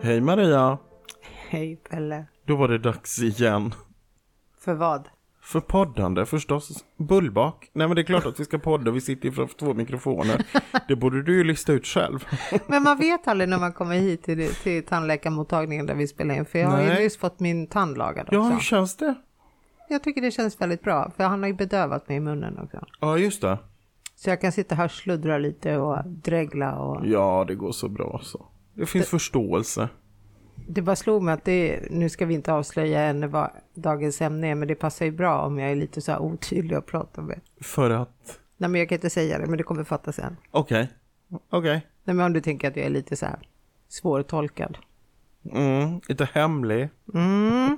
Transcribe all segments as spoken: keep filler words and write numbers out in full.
Hej Maria. Hej Pelle. Då var det dags igen. För vad? För poddande förstås. Bullbak. Nej men det är klart att vi ska podda. Vi sitter ju framför två mikrofoner. Det borde du ju lista ut själv. Men man vet aldrig när man kommer hit till, till tandläkarmottagningen där vi spelar in. För jag Nej. har ju nyss fått min tand lagad också. Ja, hur känns det? Jag tycker det känns väldigt bra. För han har ju bedövat mig i munnen också. Ja, just det. Så jag kan sitta här och sluddra lite och dregla. Och... Ja, det går så bra så. Det finns det... förståelse. Det bara slog mig att det, nu ska vi inte avslöja än vad dagens ämne är, men det passar ju bra om jag är lite så här otydlig att prata med. För att? Nej, men jag kan inte säga det, men det kommer fatta sen. Okej, okay. okej. Okay. Nej, men om du tänker att jag är lite så här svårtolkad. Mm, lite hemlig. Mm.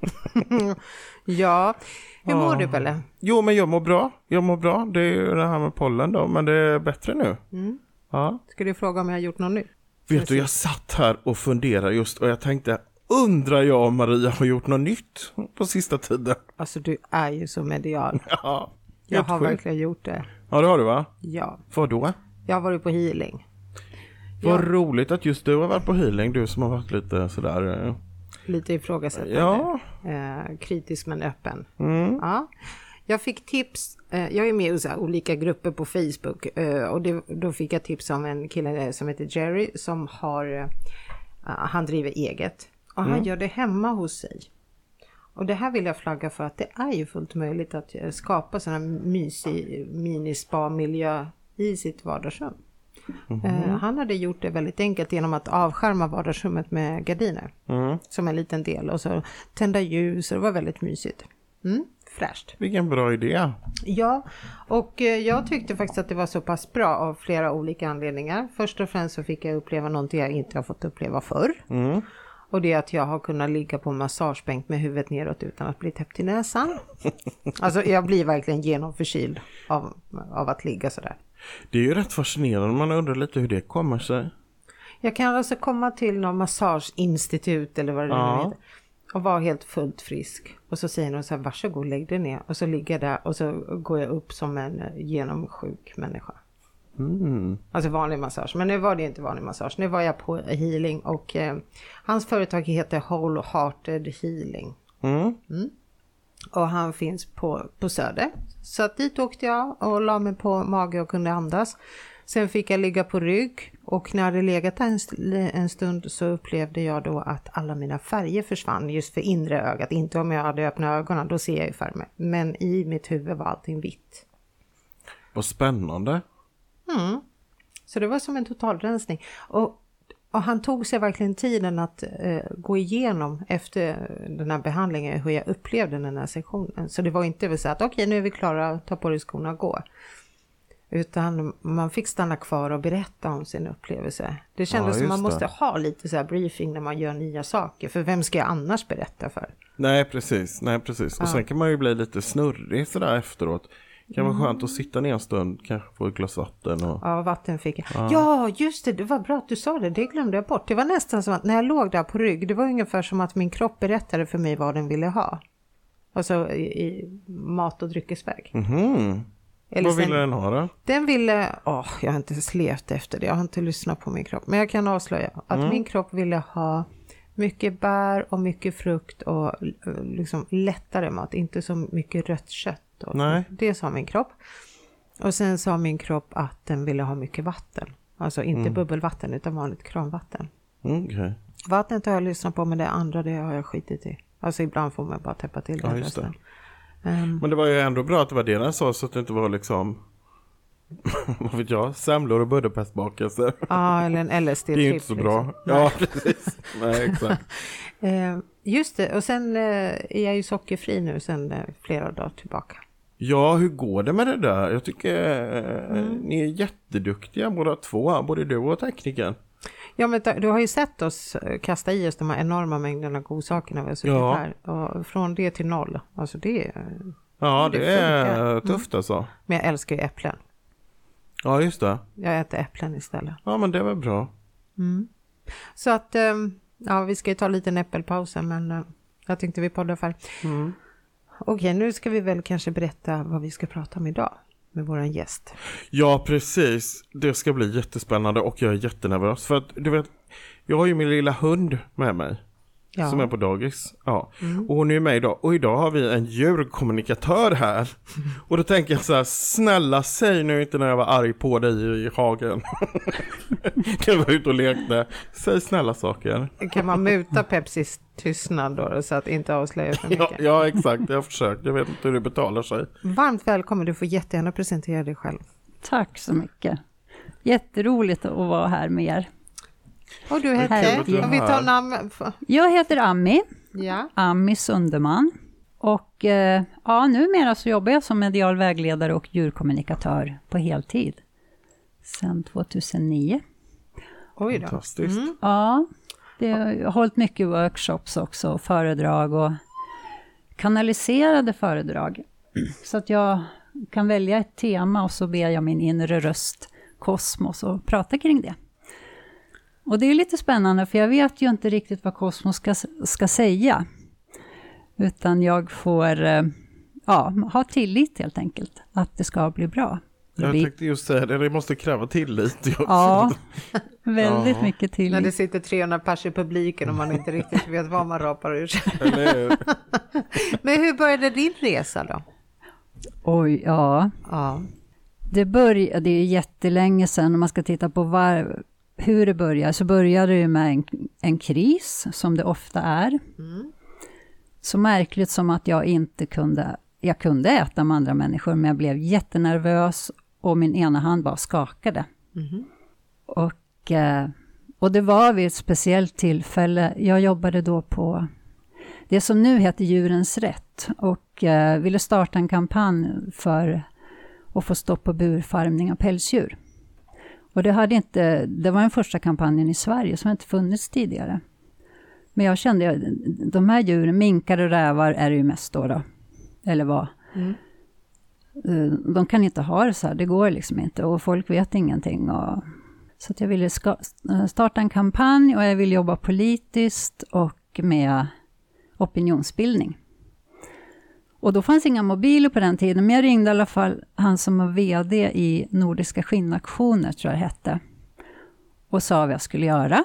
Ja, hur mår oh. du Pelle? Jo, men jag mår bra. Jag mår bra, det är ju det här med pollen då, men det är bättre nu. Mm. Ja. Ska du fråga om jag har gjort något nytt? Vet du, jag satt här och funderade just och jag tänkte, undrar jag om Maria har gjort något nytt på sista tiden? Alltså du är ju så medial. Ja. Jag har sjuk. verkligen gjort det. Ja, det har du va? Ja. Vad då? Jag har varit på healing. Vad ja. roligt att just du har varit på healing, du som har varit lite sådär... Lite ifrågasättande. Ja. Eh, kritisk men öppen. Mm. Ja. Jag fick tips, eh, jag är med i så här olika grupper på Facebook eh, och det, då fick jag tips om en kille som heter Jerry som har, eh, han driver eget och han mm. gör det hemma hos sig. Och det här vill jag flagga för att det är ju fullt möjligt att skapa sån här mysig minispa-miljö i sitt vardagsrum. Mm. Eh, han hade gjort det väldigt enkelt genom att avskärma vardagsrummet med gardiner mm. som en liten del och så tända ljus och det var väldigt mysigt. Mm. Fräscht. Vilken bra idé. Ja, och eh, jag tyckte faktiskt att det var så pass bra av flera olika anledningar. Först och främst så fick jag uppleva någonting jag inte har fått uppleva förr. Mm. Och det är att jag har kunnat ligga på en massagebänk med huvudet neråt utan att bli täppt i näsan. Alltså jag blir verkligen genomförkyld av, av att ligga sådär. Det är ju rätt fascinerande, man undrar lite hur det kommer sig. Jag kan alltså komma till någon massageinstitut eller vad det ja. nu heter. Och var helt fullt frisk. Och så säger de så här, varsågod lägg dig ner. Och så ligger jag där och så går jag upp som en genomsjuk människa. Mm. Alltså vanlig massage. Men nu var det inte vanlig massage. Nu var jag på healing. Och eh, hans företag heter Wholehearted Healing. Mm. Mm. Och han finns på, på Söder. Så att dit åkte jag och la mig på mage och kunde andas. Sen fick jag ligga på rygg och när jag hade legat en, en stund så upplevde jag då att alla mina färger försvann just för inre ögat. Inte om jag hade öppnat ögonen, då ser jag ju färger. Men i mitt huvud var allting vitt. Vad spännande. Mm. Så det var som en totalrensning. Och, och han tog sig verkligen tiden att eh, gå igenom efter den här behandlingen hur jag upplevde den här sessionen. Så det var inte så att okej okay, nu är vi klara, ta på dig skorna och gå. Utan man fick stanna kvar och berätta om sin upplevelse. Det kändes ja, som man måste det. ha lite så här briefing när man gör nya saker. För vem ska jag annars berätta för? Nej, precis. Nej, precis. Ja. Och sen kan man ju bli lite snurrig sådär efteråt. Det kan vara skönt att sitta ner en stund, kanske få ett glas vatten. Och... Ja, vatten fick jag. Ja. ja, just det. Det var bra att du sa det. Det glömde jag bort. Det var nästan som att när jag låg där på rygg, det var ungefär som att min kropp berättade för mig vad den ville ha. Alltså i, i mat- och dryckesväg. Mhm. Eller vad ville sen, den ha då? Den ville, åh, jag har inte slävt efter det. Jag har inte lyssnat på min kropp. Men jag kan avslöja att mm. min kropp ville ha mycket bär och mycket frukt och liksom lättare mat. Inte så mycket rött kött. Och Nej. Det sa min kropp. Och sen sa min kropp att den ville ha mycket vatten. Alltså inte mm. bubbelvatten utan vanligt kranvatten. Okay. Vattnet har jag lyssnat på men det andra det har jag skitit i. Alltså ibland får man bara täppa till ja, den just rösten. det. Um, men det var ju ändå bra att det var det den sa så att det inte var liksom vad vet jag, semlor och Budapestbakelser. Ja, ah, eller en L S D-tripp. Det är ju inte så bra. Liksom. Ja, precis. Nej, exakt. uh, just det, och sen uh, är jag ju sockerfri nu sen uh, flera dagar tillbaka. Ja, hur går det med det där? Jag tycker uh, mm. ni är jätteduktiga båda två, både du och tekniken. Ja, men du har ju sett oss kasta i oss de här enorma mängderna godsakerna vi har suttit ja. här. Och från det till noll. Alltså det är... Ja, det, det är tufft alltså. Mm. Men jag älskar ju äpplen. Ja, just det. Jag äter äpplen istället. Ja, men det var bra. Mm. Så att, ja, vi ska ju ta lite äppelpausen, men jag tänkte vi poddar för. Mm. Okej, nu ska vi väl kanske berätta vad vi ska prata om idag. med våran gäst. Ja, precis. Det ska bli jättespännande och jag är jättenervös. För att du vet, jag har ju min lilla hund med mig. Ja. Som är på dagis. Ja. Mm. Och hon är med idag. Och idag har vi en djurkommunikatör här. Mm. Och då tänker jag så här, snälla säg nu inte när jag var arg på dig i hagen. Jag var ute och lekte. Säg snälla saker. Kan man muta Pepsis tystnad då så att inte avslöja för mycket? Ja, ja, exakt. Jag har försökt. Jag vet inte hur det betalar sig. Varmt välkommen. Du får jättegärna presentera dig själv. Tack så mycket. Jätteroligt att vara här med er. Och du heter? Om vi tar namn. Jag heter Ami. Ja. Ami Sunderman. Och eh, ja, numera så jobbar jag som medial vägledare och djurkommunikatör på heltid. Sedan tjugohundranio. Oj då. Fantastiskt. Mm. Ja, det har, jag har hållit mycket workshops också. Föredrag och kanaliserade föredrag. Så att jag kan välja ett tema och så ber jag min inre röst, kosmos, och prata kring det. Och det är lite spännande för jag vet ju inte riktigt vad kosmos ska, ska säga. Utan jag får ja, ha tillit helt enkelt. Att det ska bli bra. Jag blir... tänkte just säga det, det måste kräva tillit. Ja, väldigt ja. mycket tillit. När det sitter trehundra pers i publiken och man inte riktigt vet vad man rapar ur sig. Men hur började din resa då? Oj, ja. ja. Det började, det är jättelänge sedan om man ska titta på var... hur det börjar, så började det med en, en kris som det ofta är. Mm. Så märkligt som att jag inte kunde, jag kunde äta med andra människor men jag blev jättenervös och min ena hand bara skakade. Mm. Och, och det var vid ett speciellt tillfälle, jag jobbade då på det som nu heter Djurens rätt och eh, ville starta en kampanj för att få stopp på burfarmning av pälsdjur. Och det, hade inte, det var den första kampanjen i Sverige som inte funnits tidigare. Men jag kände att de här djuren, minkar och rävar är det ju mest då. då eller vad. Mm. De kan inte ha det så här, det går liksom inte. Och folk vet ingenting. Och, så att jag ville ska, starta en kampanj och jag ville jobba politiskt och med opinionsbildning. Och då fanns inga mobiler på den tiden, men jag ringde i alla fall han som var vd i Nordiska skinnaktioner, tror jag det hette. Och sa vad jag skulle göra.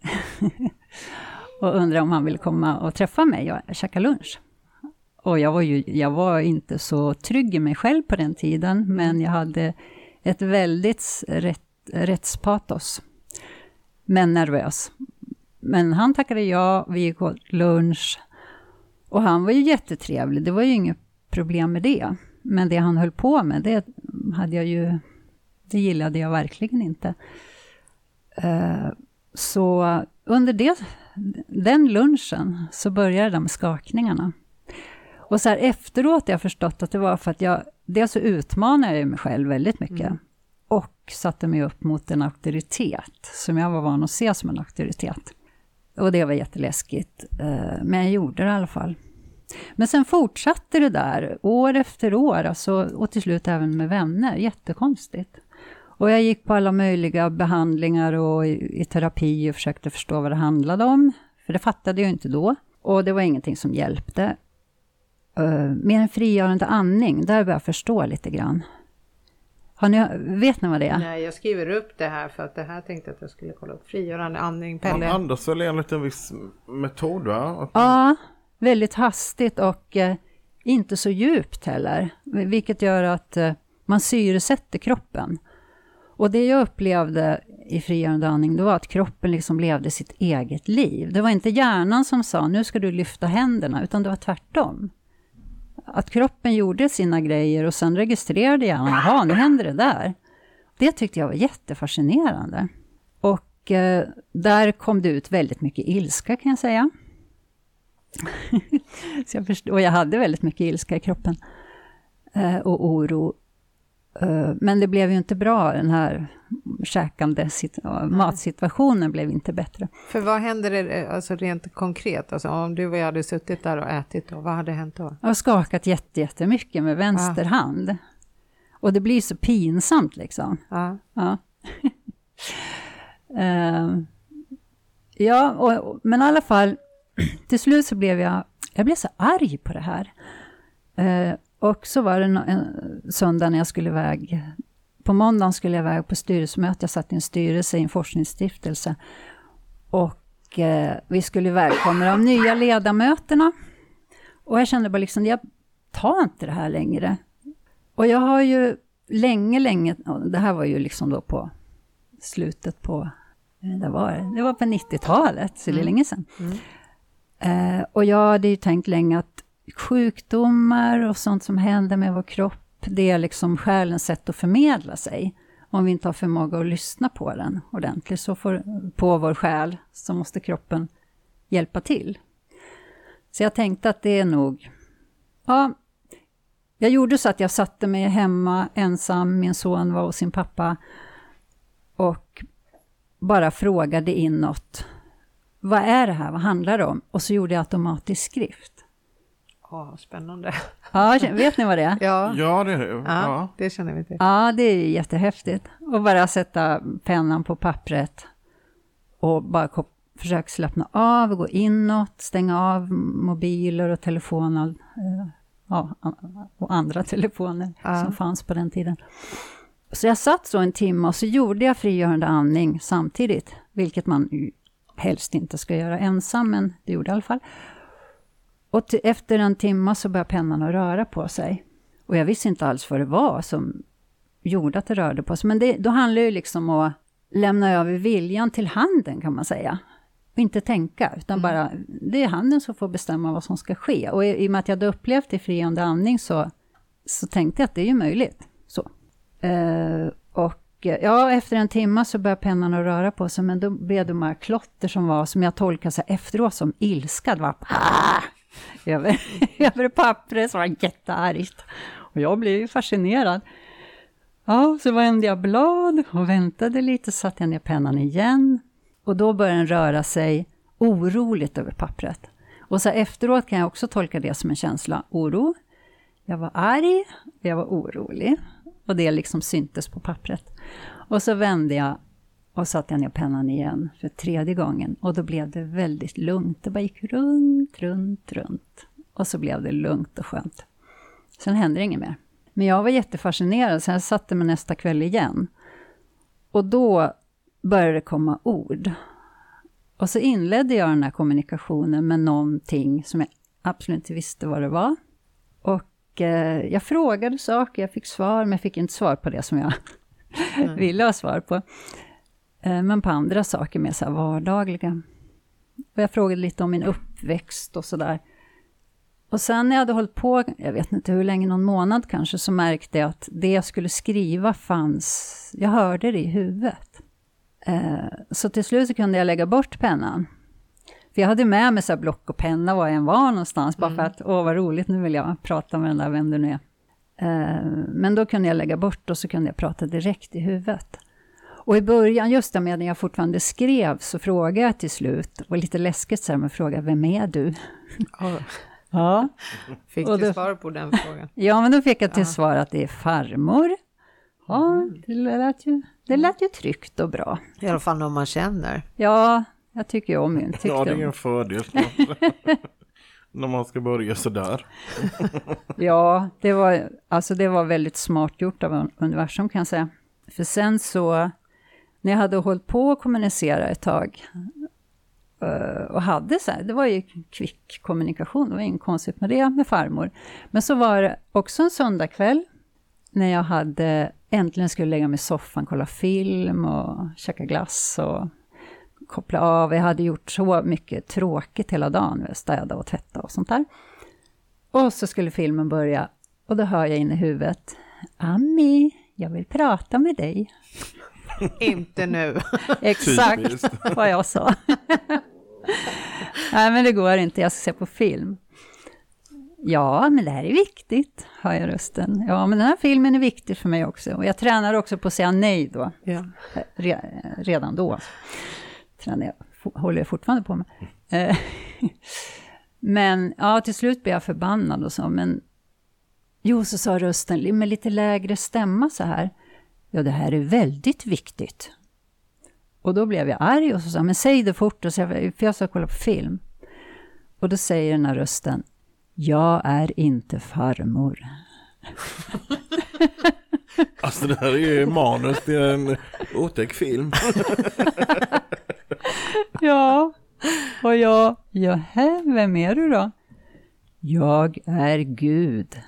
Och undrade om han ville komma och träffa mig och käka lunch. Och jag var ju jag var inte så trygg i mig själv på den tiden, men jag hade ett väldigt rätt, rättspatos. Men nervös. Men han tackade ja, vi gick åt lunch. Och han var ju jättetrevlig, det var ju inget problem med det. Men det han höll på med, det hade jag ju, det gillade jag verkligen inte. Uh, så under det, den lunchen så började de skakningarna. Och så här efteråt har jag förstått att det var för att jag, dels så utmanade jag mig själv väldigt mycket. Mm. Och satte mig upp mot en auktoritet som jag var van att se som en auktoritet. Och det var jätteläskigt. Men jag gjorde det i alla fall. Men sen fortsatte det där år efter år. Alltså, och till slut även med vänner. Jättekonstigt. Och jag gick på alla möjliga behandlingar och i, i terapi och försökte förstå vad det handlade om. För det fattade jag inte då. Och det var ingenting som hjälpte. Uh, mer en frigörande andning. Där började jag förstå lite grann. Har ni, vet ni vad det är? Nej, jag skriver upp det här för att det här tänkte att jag skulle kolla upp. Frigörande andning, Pelle. Man andas väl enligt en viss metod, va? Ja, väldigt hastigt och eh, inte så djupt heller. Vilket gör att eh, man syresätter kroppen. Och det jag upplevde i frigörande andning, det var att kroppen liksom levde sitt eget liv. Det var inte hjärnan som sa, nu ska du lyfta händerna, utan det var tvärtom. Att kroppen gjorde sina grejer och sen registrerade hjärnan, jaha, nu händer det där. Det tyckte jag var jättefascinerande. Och eh, där kom det ut väldigt mycket ilska, kan jag säga. Så jag förstod, och jag hade väldigt mycket ilska i kroppen. Eh, och oro. Eh, men det blev ju inte bra, den här käkande sit- matsituationen blev inte bättre. För vad hände det, alltså rent konkret? Alltså om du och jag hade suttit där och ätit då, vad hade hänt då? Jag har skakat jätte, jättemycket med vänster ah. hand. Och det blir så pinsamt liksom. Ah. Ja. uh, ja, och, men i alla fall till slut så blev jag, jag blev så arg på det här. Uh, Och så var det en, en söndag när jag skulle iväg. På måndagen skulle jag iväg på styrelsemöte. Jag satt i en styrelse i en forskningsstiftelse. Och eh, vi skulle välkomna de nya ledamöterna. Och jag kände bara liksom, jag tar inte det här längre. Och jag har ju länge, länge, det här var ju liksom då på slutet på, det var, det var på nittiotalet, så det är länge sedan. Mm. Eh, och jag hade ju tänkt länge att sjukdomar och sånt som händer med vår kropp, det är liksom själens sätt att förmedla sig. Om vi inte har förmåga att lyssna på den ordentligt, så får, på vår själ, så måste kroppen hjälpa till. Så jag tänkte att det är nog, ja, jag gjorde så att jag satte mig hemma ensam, min son var hos sin pappa och bara frågade inåt, vad är det här, vad handlar det om? Och så gjorde jag automatisk skrift. Ja, oh, spännande. Ja, vet ni vad det är? Ja, ja det är det. Ja, ja. det känner vi till. Ja, det är jättehäftigt. Och bara sätta pennan på pappret och bara kop- försöka slappna av, gå inåt, stänga av mobiler och telefoner, eh, ja, och andra telefoner ja. som fanns på den tiden. Så jag satt så en timme och så gjorde jag frigörande andning samtidigt, vilket man helst inte ska göra ensam, men det gjorde jag i alla fall. Och till, efter en timme så började pennan att röra på sig. Och jag visste inte alls vad det var som gjorde att det rörde på sig. Men det, då handlar det ju liksom om att lämna över viljan till handen, kan man säga. Och inte tänka, utan mm. bara, det är handen som får bestämma vad som ska ske. Och i, i och med att jag hade upplevt det frigörande andning så, så tänkte jag att det är ju möjligt. Så. Uh, och ja, efter en timme så började pennan att röra på sig. Men då blev det de här klotter som var, som jag tolkade så efteråt som ilska. Det var ah! över, över pappret som var jätteargt. Och jag blev ju fascinerad. Ja, så vände jag blad och väntade lite, satte jag ner pennan igen. Och då började den röra sig oroligt över pappret. Och så efteråt kan jag också tolka det som en känsla. Oro. Jag var arg, jag var orolig. Och det liksom syntes på pappret. Och så vände jag och satte jag ner pennan igen för tredje gången. Och då blev det väldigt lugnt. Det bara gick runt, runt, runt. Och så blev det lugnt och skönt. Sen hände det inget mer. Men jag var jättefascinerad, så jag satte mig nästa kväll igen. Och då började det komma ord. Och så inledde jag den här kommunikationen med någonting som jag absolut inte visste vad det var. Och eh, jag frågade saker, jag fick svar, men jag fick inte svar på det som jag mm. ville ha svar på. Eh, men på andra saker mer så här vardagliga. Och jag frågade lite om min uppväxt och sådär. Och sen när jag hade hållit på, jag vet inte hur länge, någon månad kanske, så märkte jag att det jag skulle skriva fanns, jag hörde det i huvudet. Eh, så till slut så kunde jag lägga bort pennan. För jag hade med mig så här block och penna var jag än var någonstans, bara mm. för att, åh vad roligt, nu vill jag prata med den där, vem du nu är. Eh, men då kunde jag lägga bort och så kunde jag prata direkt i huvudet. Och i början, just det med när jag fortfarande skrev, så frågade jag till slut, det var lite läskigt så här, men frågade, vem är du? Oh. Ja. Fick och du då, svar på den frågan? Ja, men då fick jag till ja. svar att det är farmor. Ja, det lät ju, det lät ju tryggt och bra. I alla fall om man känner. Ja, jag tycker ju om min. Ja, det är en fördel när man ska börja sådär. Ja, det var, alltså det var väldigt smart gjort av universum, kan jag säga. För sen så, när jag hade hållit på att kommunicera ett tag och hade så här, det var ju kvick kommunikation, det var inget konstigt med det med farmor. Men så var det också en söndagkväll när jag hade äntligen skulle lägga mig i soffan, kolla film och käka glass och koppla av. Jag hade gjort så mycket tråkigt hela dagen, städa och tvätta och sånt där. Och så skulle filmen börja och då hör jag in i huvudet, Ami, jag vill prata med dig. Inte nu. Exakt vad jag sa. Nej, men det går inte, jag ska se på film. Ja, men det här är viktigt, hör jag rösten. Ja, men den här filmen är viktig för mig också. Och jag tränar också på att säga nej då. Ja. Redan då. Tränar jag, håller jag fortfarande på med. Men ja, till slut blev jag förbannad och så. Men jo, så sa rösten med lite lägre stämma så här. Ja, det här är väldigt viktigt. Och då blev jag arg och så sa, men säg det fort, och så, för jag ska kolla på film. Och då säger den här rösten, jag är inte farmor. Alltså det här är ju manus till en otäck film. Ja, och jag, ja, hä, vem är du då? Jag är Gud.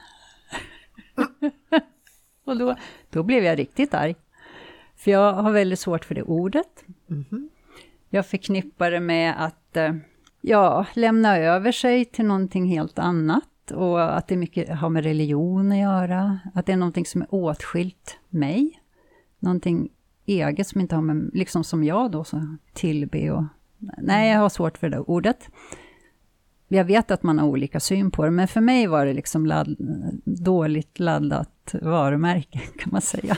Och då, då blev jag riktigt arg. För jag har väldigt svårt för det ordet. Mm-hmm. Jag förknippar det med att ja, lämna över sig till någonting helt annat. Och att det mycket har med religion att göra. Att det är någonting som är åtskilt mig. Någonting eget som inte har med, liksom som jag då, så tillbe och... Nej, jag har svårt för det ordet. Jag vet att man har olika syn på det, men för mig var det liksom ladd, dåligt laddat varumärke, kan man säga.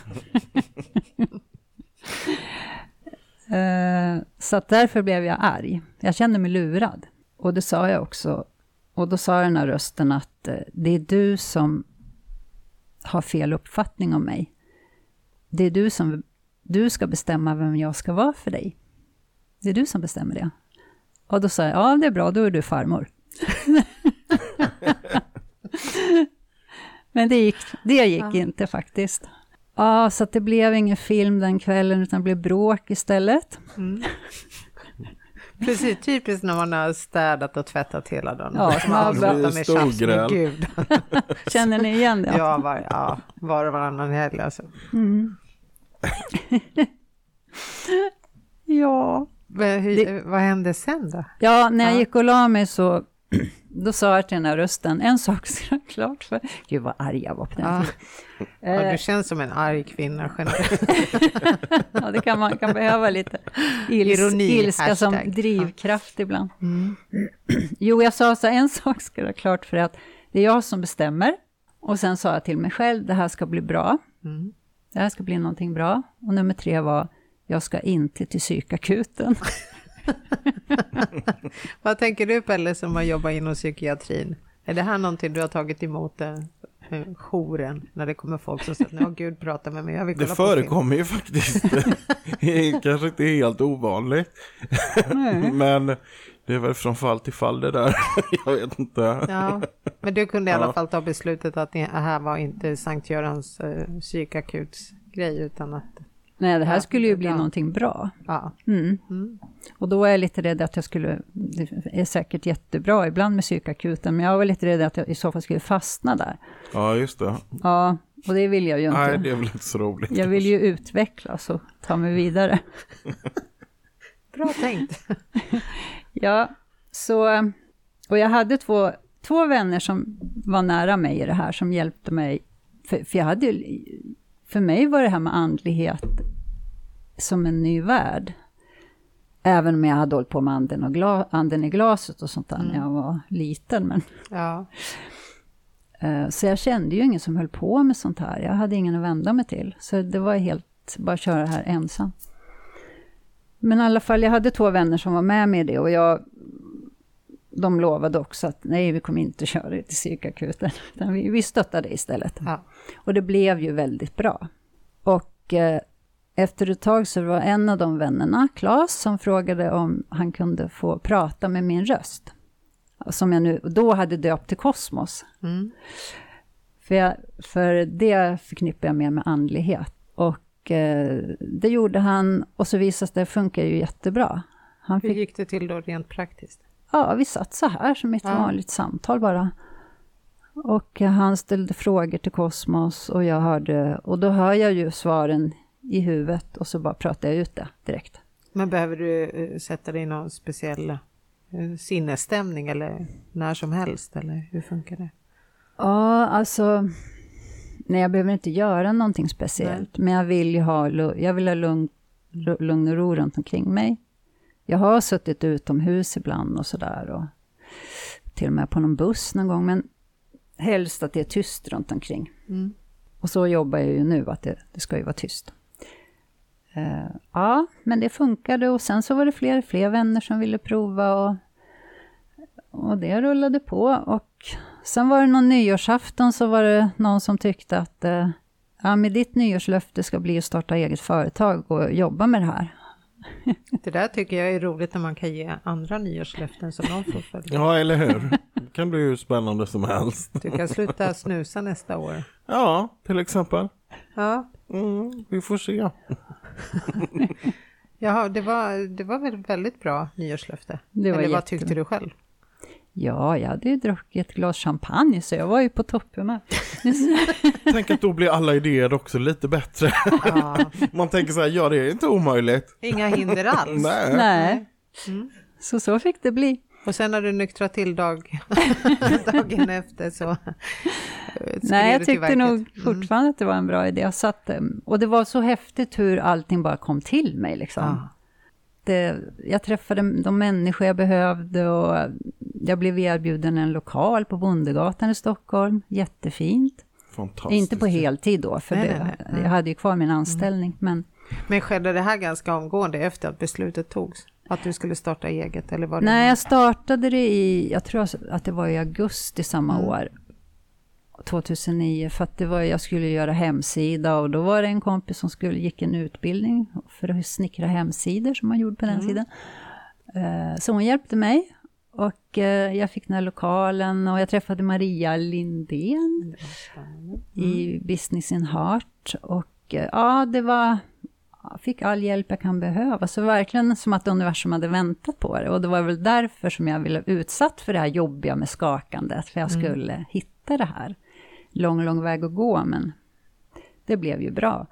uh, så att därför blev jag arg. Jag kände mig lurad. Och det sa jag också. Och då sa den här rösten att uh, det är du som har fel uppfattning om mig. Det är du som... Du ska bestämma vem jag ska vara för dig. Det är du som bestämmer det. Och då sa jag, ja det är bra, då är du farmor. Men det gick, det gick ja. inte faktiskt. Ja, så att det blev ingen film den kvällen, utan det blev bråk istället. Mm. Precis, typiskt när man har städat och tvättat hela dagen. Ja, man avslutar med tjafs med Gud. Känner ni igen det? Ja, var, ja, var och varannan helg alltså. Mm. Ja. Hur, det, vad hände sen då? Ja, när jag ja. gick och la mig så då sa jag till den här rösten, en sak ska jag klart för. Gud vad arg jag var på den ja. tiden. Ja, du känns som en arg kvinna generellt. Ja, det kan man kan behöva lite ils, Ironi, ilska hashtag. Som drivkraft ja. ibland. Mm. Jo, jag sa så en sak ska jag klart för att det är jag som bestämmer. Och sen sa jag till mig själv, det här ska bli bra. Mm. Det här ska bli någonting bra. Och nummer tre var, jag ska inte till psykakuten. Vad tänker du, Pelle, som har jobbat inom psykiatrin? Är det här någonting du har tagit emot eh, jouren när det kommer folk som säger, åh Gud, prata med mig, jag vill kolla det förekommer ju faktiskt. Det är kanske inte helt ovanligt. Men det är väl från fall till fall det där. Jag vet inte. Ja, men du kunde i alla fall ta beslutet att det här var inte Sankt Görans eh, psykakuts grej, utan att... Nej, det här ja, skulle ju bli bra. Någonting bra. Ja. Mm. Mm. Och då är jag lite rädd att jag skulle, det är säkert jättebra ibland med psykakuten, men jag var lite rädd att jag i så fall skulle fastna där. Ja, just det. Ja, och det vill jag ju inte. Nej, det är väl inte så roligt. Jag vill ju utvecklas och ta mig vidare. Bra tänkt. Ja, så, och jag hade två, två vänner som var nära mig i det här, som hjälpte mig, för, för jag hade För mig var det här med andlighet som en ny värld. Även om jag hade hållit på med anden, och gla, anden i glaset och sånt där mm. när jag var liten. Men... Ja. Så jag kände ju ingen som höll på med sånt här. Jag hade ingen att vända mig till. Så det var helt, bara köra det här ensam. Men i alla fall, jag hade två vänner som var med med det. Och jag, de lovade också att nej, vi kommer inte köra det till psykakuten. Utan vi, vi stöttade istället. Ja. Och det blev ju väldigt bra. Och eh, efter ett tag så var en av de vännerna, Claes, som frågade om han kunde få prata med min röst. Som jag nu då hade döpt till Kosmos. Mm. För, jag, för det förknippar jag med med andlighet. Och eh, det gjorde han, och så visade det funkar ju jättebra. Han fick, hur gick det till då rent praktiskt? Ja, vi satt så här som ett ja. vanligt samtal bara. Och han ställde frågor till Kosmos och jag hörde, och då hör jag ju svaren i huvudet och så bara pratar jag ut det direkt. Men behöver du uh, sätta dig i någon speciell uh, sinnesstämning eller när som helst, eller hur funkar det? Ja, alltså nej, jag behöver inte göra någonting speciellt, nej. Men jag vill ju ha, jag vill ha lugn, lugn och ro runt omkring mig. Jag har suttit utomhus ibland och sådär, och till och med på någon buss någon gång, men helst att det är tyst runt omkring. Mm. Och så jobbar jag ju nu, att det, det ska ju vara tyst. Uh, ja, men det funkade, och sen så var det fler fler vänner som ville prova, och, och det rullade på. Och sen var det någon nyårsafton, så var det någon som tyckte att uh, ja, med ditt nyårslöfte ska bli att starta eget företag och jobba med det här. Det där tycker jag är roligt när man kan ge andra nyårslöften som de får följa. Ja, eller hur? Det kan bli hur spännande som helst. Du kan sluta snusa nästa år. Ja, till exempel. Ja. Mm, vi får se. Jaha, det var, det var väl väldigt bra nyårslöfte. Det var eller vad jätte... tyckte du själv? Ja, jag hade ju druckit ett glas champagne så jag var ju på topphumör. Tänk att då blir alla idéer också lite bättre. Ja. Man tänker så här, ja det är inte omöjligt. Inga hinder alls. Nej. Nej, Mm. så så fick det bli. Och sen när du nyktrat till dag, dagen efter så Nej, jag tyckte nog mm. fortfarande att det var en bra idé. Så att, och det var så häftigt hur allting bara kom till mig liksom. Ja. Det, jag träffade de människor jag behövde och jag blev erbjuden en lokal på Bondegatan i Stockholm. Jättefint. Fantastiskt. Inte på heltid då, för Nej, det, nej, nej. Mm. jag hade ju kvar min anställning. Mm. Men, Men skedde det här ganska omgående efter att beslutet togs? Att du skulle starta eget? Eller var det nej, någon... jag startade det i, jag tror att det var i augusti samma Mm. år. tjugohundranio, för att det var, jag skulle göra hemsida och då var det en kompis som skulle gick en utbildning för att snickra hemsidor som man gjorde på den Mm. sidan. Uh, så hon hjälpte mig och uh, jag fick den här lokalen och jag träffade Maria Lindén Mm. i Business in Heart och uh, ja, det var, jag fick all hjälp jag kan behöva, så verkligen som att universum hade väntat på det och det var väl därför som jag ville utsatt för det här jobbiga med skakandet, för jag skulle mm. hitta det här. Lång, lång väg att gå, men det blev ju bra.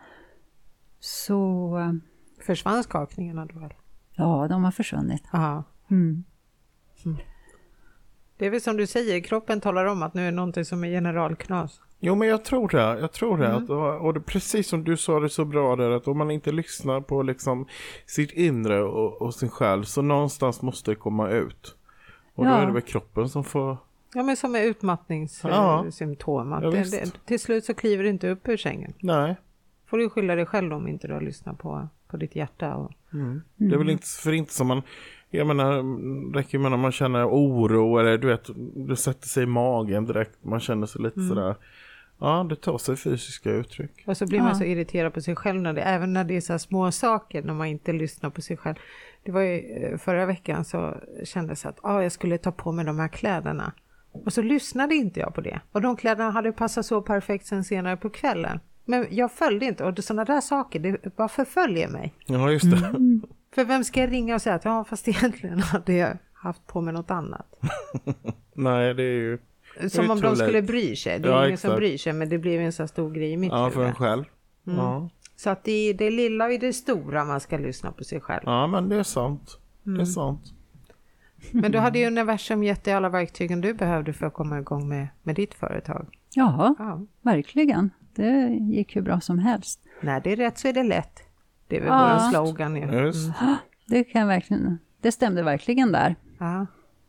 Så... Försvann skakningarna då väl? Ja, de har försvunnit. Ja. Mm. Mm. Det är väl som du säger, kroppen talar om att nu är någonting som är generalknas. Jo, men jag tror det. Jag tror det. Mm. Att, och det, precis som du sa det så bra där, att om man inte lyssnar på liksom sitt inre och, och sin själ, så någonstans måste det komma ut. Och Ja. då är det väl kroppen som får... Ja, men som är utmattningssymptom. Ja, det, det, till slut så kliver du inte upp ur sängen. Nej. Får du skylla dig själv om inte du har lyssnat på, på ditt hjärta. Och... Mm. Det är väl inte för inte som man... Jag menar, räcker med när man känner oro eller du vet, det sätter sig i magen direkt. Man känner sig lite mm. sådär... Ja, det tar sig fysiska uttryck. Och så blir man ja. så irriterad på sig själv, när det, även när det är så här små saker, när man inte lyssnar på sig själv. Det var ju förra veckan så kändes det att ah, jag skulle ta på mig de här kläderna. Och så lyssnade inte jag på det. Och de kläderna hade passat så perfekt sen senare på kvällen. Men jag följde inte. Och sådana där saker, det bara förföljer mig. Ja, just det. Mm. För vem ska jag ringa och säga att ja, fast egentligen hade jag haft på mig något annat. Nej, det är ju... Som om de skulle bry sig. Det är ja, ingen exakt. som bryr sig, men det blev en så stor grej i mitt Ja, huvud. för en själv. Mm. Ja. Så att det är det lilla och det stora man ska lyssna på sig själv. Ja, men det är sant. Mm. Det är sant. Men du hade ju universum gett dig alla verktygen du behövde för att komma igång med, med ditt företag. Ja, Ja. verkligen. Det gick ju bra som helst. När det är rätt så är det lätt. Det är väl Ja. vår slogan. ju. Just. Mm. Det kan jag verkligen, det stämde verkligen där. Ja.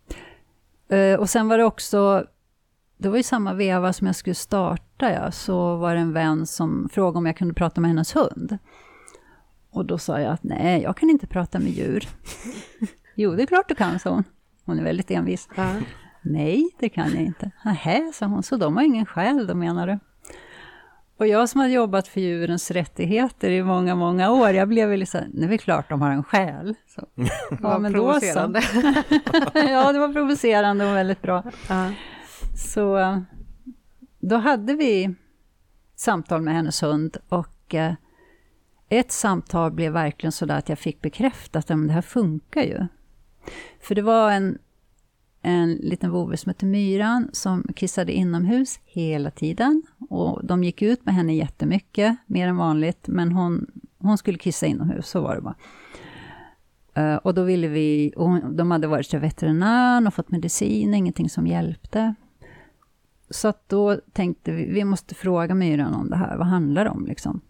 Uh, och sen var det också, det var ju samma veva som jag skulle starta, ja, så var det en vän som frågade om jag kunde prata med hennes hund. Och då sa jag att nej, jag kan inte prata med djur. Jo, det är klart du kan, sa hon. Hon är väldigt envis. Ja. Nej, det kan jag inte. Nähä, sa hon, så de har ingen själ då, menar du? Och jag som har jobbat för djurens rättigheter i många, många år, jag blev väl liksom, nu är det klart de har en själ. Så. Ja, men då så. Ja, det var provocerande och väldigt bra. Ja. Så då hade vi samtal med hennes hund och ett samtal blev verkligen så där att jag fick bekräftat att det här funkar ju. För det var en, en liten vovve som heter Myran som kissade inomhus hela tiden. Och de gick ut med henne jättemycket, mer än vanligt. Men hon, hon skulle kissa inomhus, så var det bara. Uh, och då ville vi, och de hade varit till veterinären och fått medicin, ingenting som hjälpte. Så att då tänkte vi, vi måste fråga Myran om det här, vad handlar det om liksom?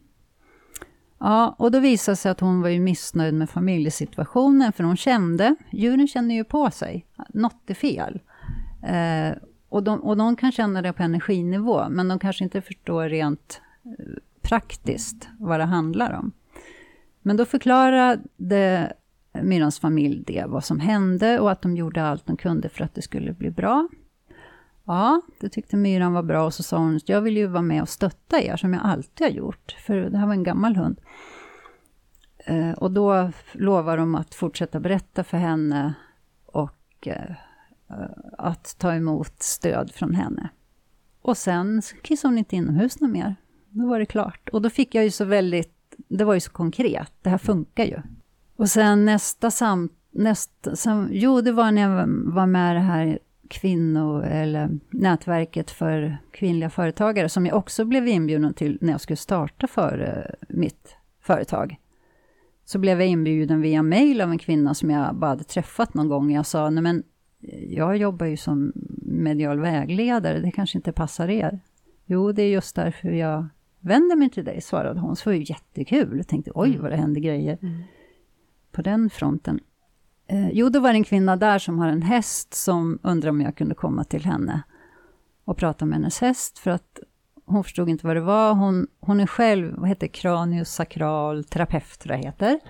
Ja, och då visade sig att hon var ju missnöjd med familjesituationen, för hon kände, djuren känner ju på sig, något är fel. Uh, och, de, och de kan känna det på energinivå, men de kanske inte förstår rent uh, praktiskt vad det handlar om. Men då förklarade Myrans familj det, vad som hände och att de gjorde allt de kunde för att det skulle bli bra. Ja, det tyckte Myran var bra och så sa hon att jag vill ju vara med och stötta er som jag alltid har gjort, för det här var en gammal hund. Eh, och då lovar de att fortsätta berätta för henne och eh, att ta emot stöd från henne. Och sen kissade hon inte inomhus något mer. Då var det klart. Och då fick jag ju så väldigt, det var ju så konkret, det här funkar ju. Och sen nästa samt, nästa, sam, jo det var när jag var med det här kvinno, eller nätverket för kvinnliga företagare, som jag också blev inbjuden till när jag skulle starta för uh, mitt företag. Så blev jag inbjuden via mail av en kvinna som jag bara hade träffat någon gång. Jag sa, nej men jag jobbar ju som medial vägledare, det kanske inte passar er. Jo, det är just därför jag vänder mig till dig, svarade hon. Så var det ju jättekul. Jag tänkte, oj vad det hände grejer mm. på den fronten. Eh, jo, då var det en kvinna där som har en häst som undrar om jag kunde komma till henne och prata med hennes häst, för att hon förstod inte vad det var. Hon, hon är själv, vad heter kraniosakral terapeut, tror jag heter.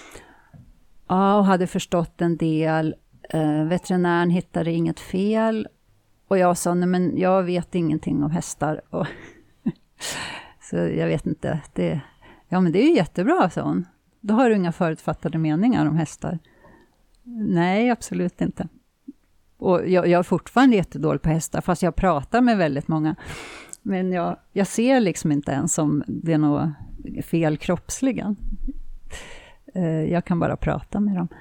Ja, och hade förstått en del. Eh, veterinären hittade inget fel. Och jag sa, nej men jag vet ingenting om hästar. Och så jag vet inte. Det, ja men det är ju jättebra, sa hon. Då har du inga förutfattade meningar om hästar. Nej, absolut inte. Och jag, jag är fortfarande jättedålig på hästar, fast jag pratar med väldigt många. Men jag, jag ser liksom inte ens om det är något fel kroppsligen. Jag kan bara prata med dem.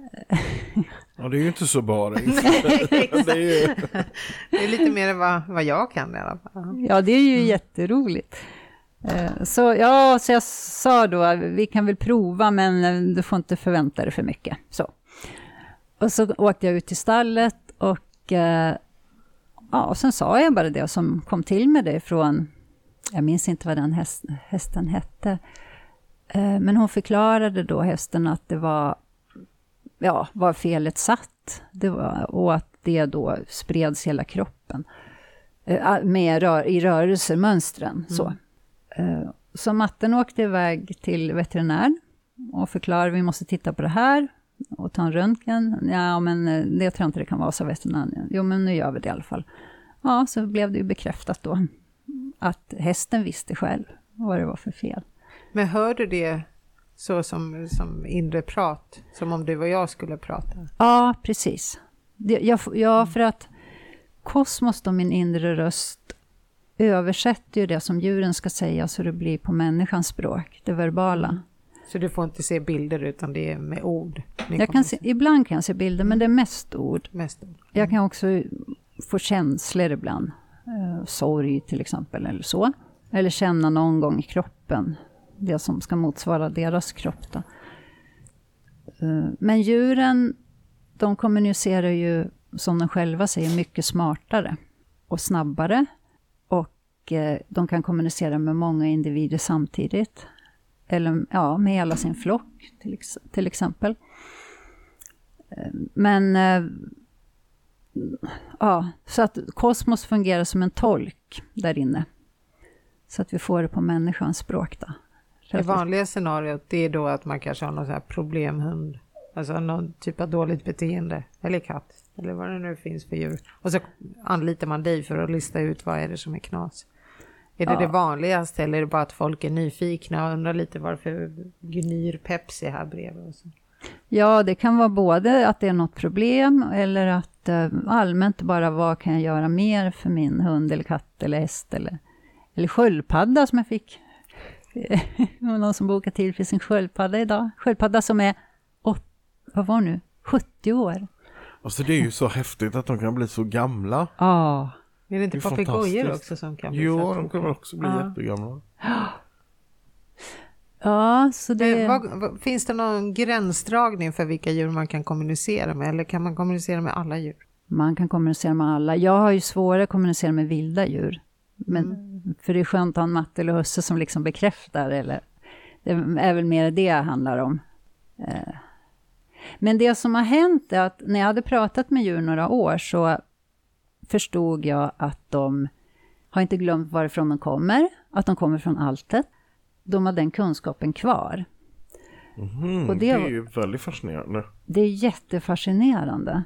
Ja, det är ju inte så bara. det, är ju... det är lite mer vad, vad jag kan i alla fall. Ja, det är ju mm. jätteroligt. Så, ja, så jag sa då, vi kan väl prova, men du får inte förvänta dig för mycket. Så. Och så åkte jag ut till stallet och ja, och sen sa jag bara det som kom till med det från, jag minns inte vad den häst, hästen hette. Men hon förklarade då hästen att det var, ja, var felet satt. Det var, och att det då spreds hela kroppen. Med rör, i rörelsemönstren. Mm. Så. Så matten åkte iväg till veterinär och förklarade, vi måste titta på det här och ta en röntgen. Ja, men det tror jag inte det kan vara, så veterinären. Jo, men nu gör vi det i alla fall. Ja, så blev det ju bekräftat då att hästen visste själv vad det var för fel. Men hör du det så som, som inre prat? Som om du och jag skulle prata? Ja, precis. Det, jag, ja, för att kosmos, då, min inre röst, översätter ju det som djuren ska säga så det blir på människans språk, det verbala. Så du får inte se bilder utan det är med ord? Jag kan se, ibland kan jag se bilder, mm. men det är mest ord. Mest ord. Mm. Jag kan också få känslor ibland. Eh, sorg till exempel eller så. Eller känna någon gång i kroppen. Det som ska motsvara deras kropp då. Eh, men djuren, de kommunicerar ju, som de själva säger, mycket smartare och snabbare. Och eh, de kan kommunicera med många individer samtidigt. Eller ja, med hela sin flock till, ex- till exempel. Eh, men eh, ja, så att kosmos fungerar som en tolk där inne. Så att vi får det på människans språk då. Det vanliga scenariot, det är då att man kanske har någon sån här problemhund. Alltså någon typ av dåligt beteende. Eller katt. Eller vad det nu finns för djur. Och så anlitar man dig för att lista ut vad är det som är knas. Är det ja. det vanligaste, eller är det bara att folk är nyfikna och undrar lite varför gnyr Pepsi här bredvid? Och så? Ja, det kan vara både att det är något problem eller att eh, allmänt bara vad kan jag göra mer för min hund eller katt eller häst eller, eller sköldpadda som jag fick. Någon som bokade till för sin sköldpadda idag. Sköldpadda som är åt, vad var nu? sjuttio år. Alltså det är ju så häftigt att de kan bli så gamla. Ja. Är det inte det papegojor också som kan bli? Jo, de kan också bli ja. jättegamla. Ja, så det... vad, vad, finns det någon gränsdragning för vilka djur man kan kommunicera med? Eller kan man kommunicera med alla djur? Man kan kommunicera med alla. Jag har ju svårare att kommunicera med vilda djur. Men, mm. För det är skönt att ha en matte eller husse som liksom bekräftar. Eller, det är väl mer det jag handlar om. Eh. Men det som har hänt är att när jag hade pratat med djur några år så förstod jag att de har inte glömt varifrån de kommer. Att de kommer från alltet. De har den kunskapen kvar. Mm, och det, det är ju väldigt fascinerande. Det är jättefascinerande.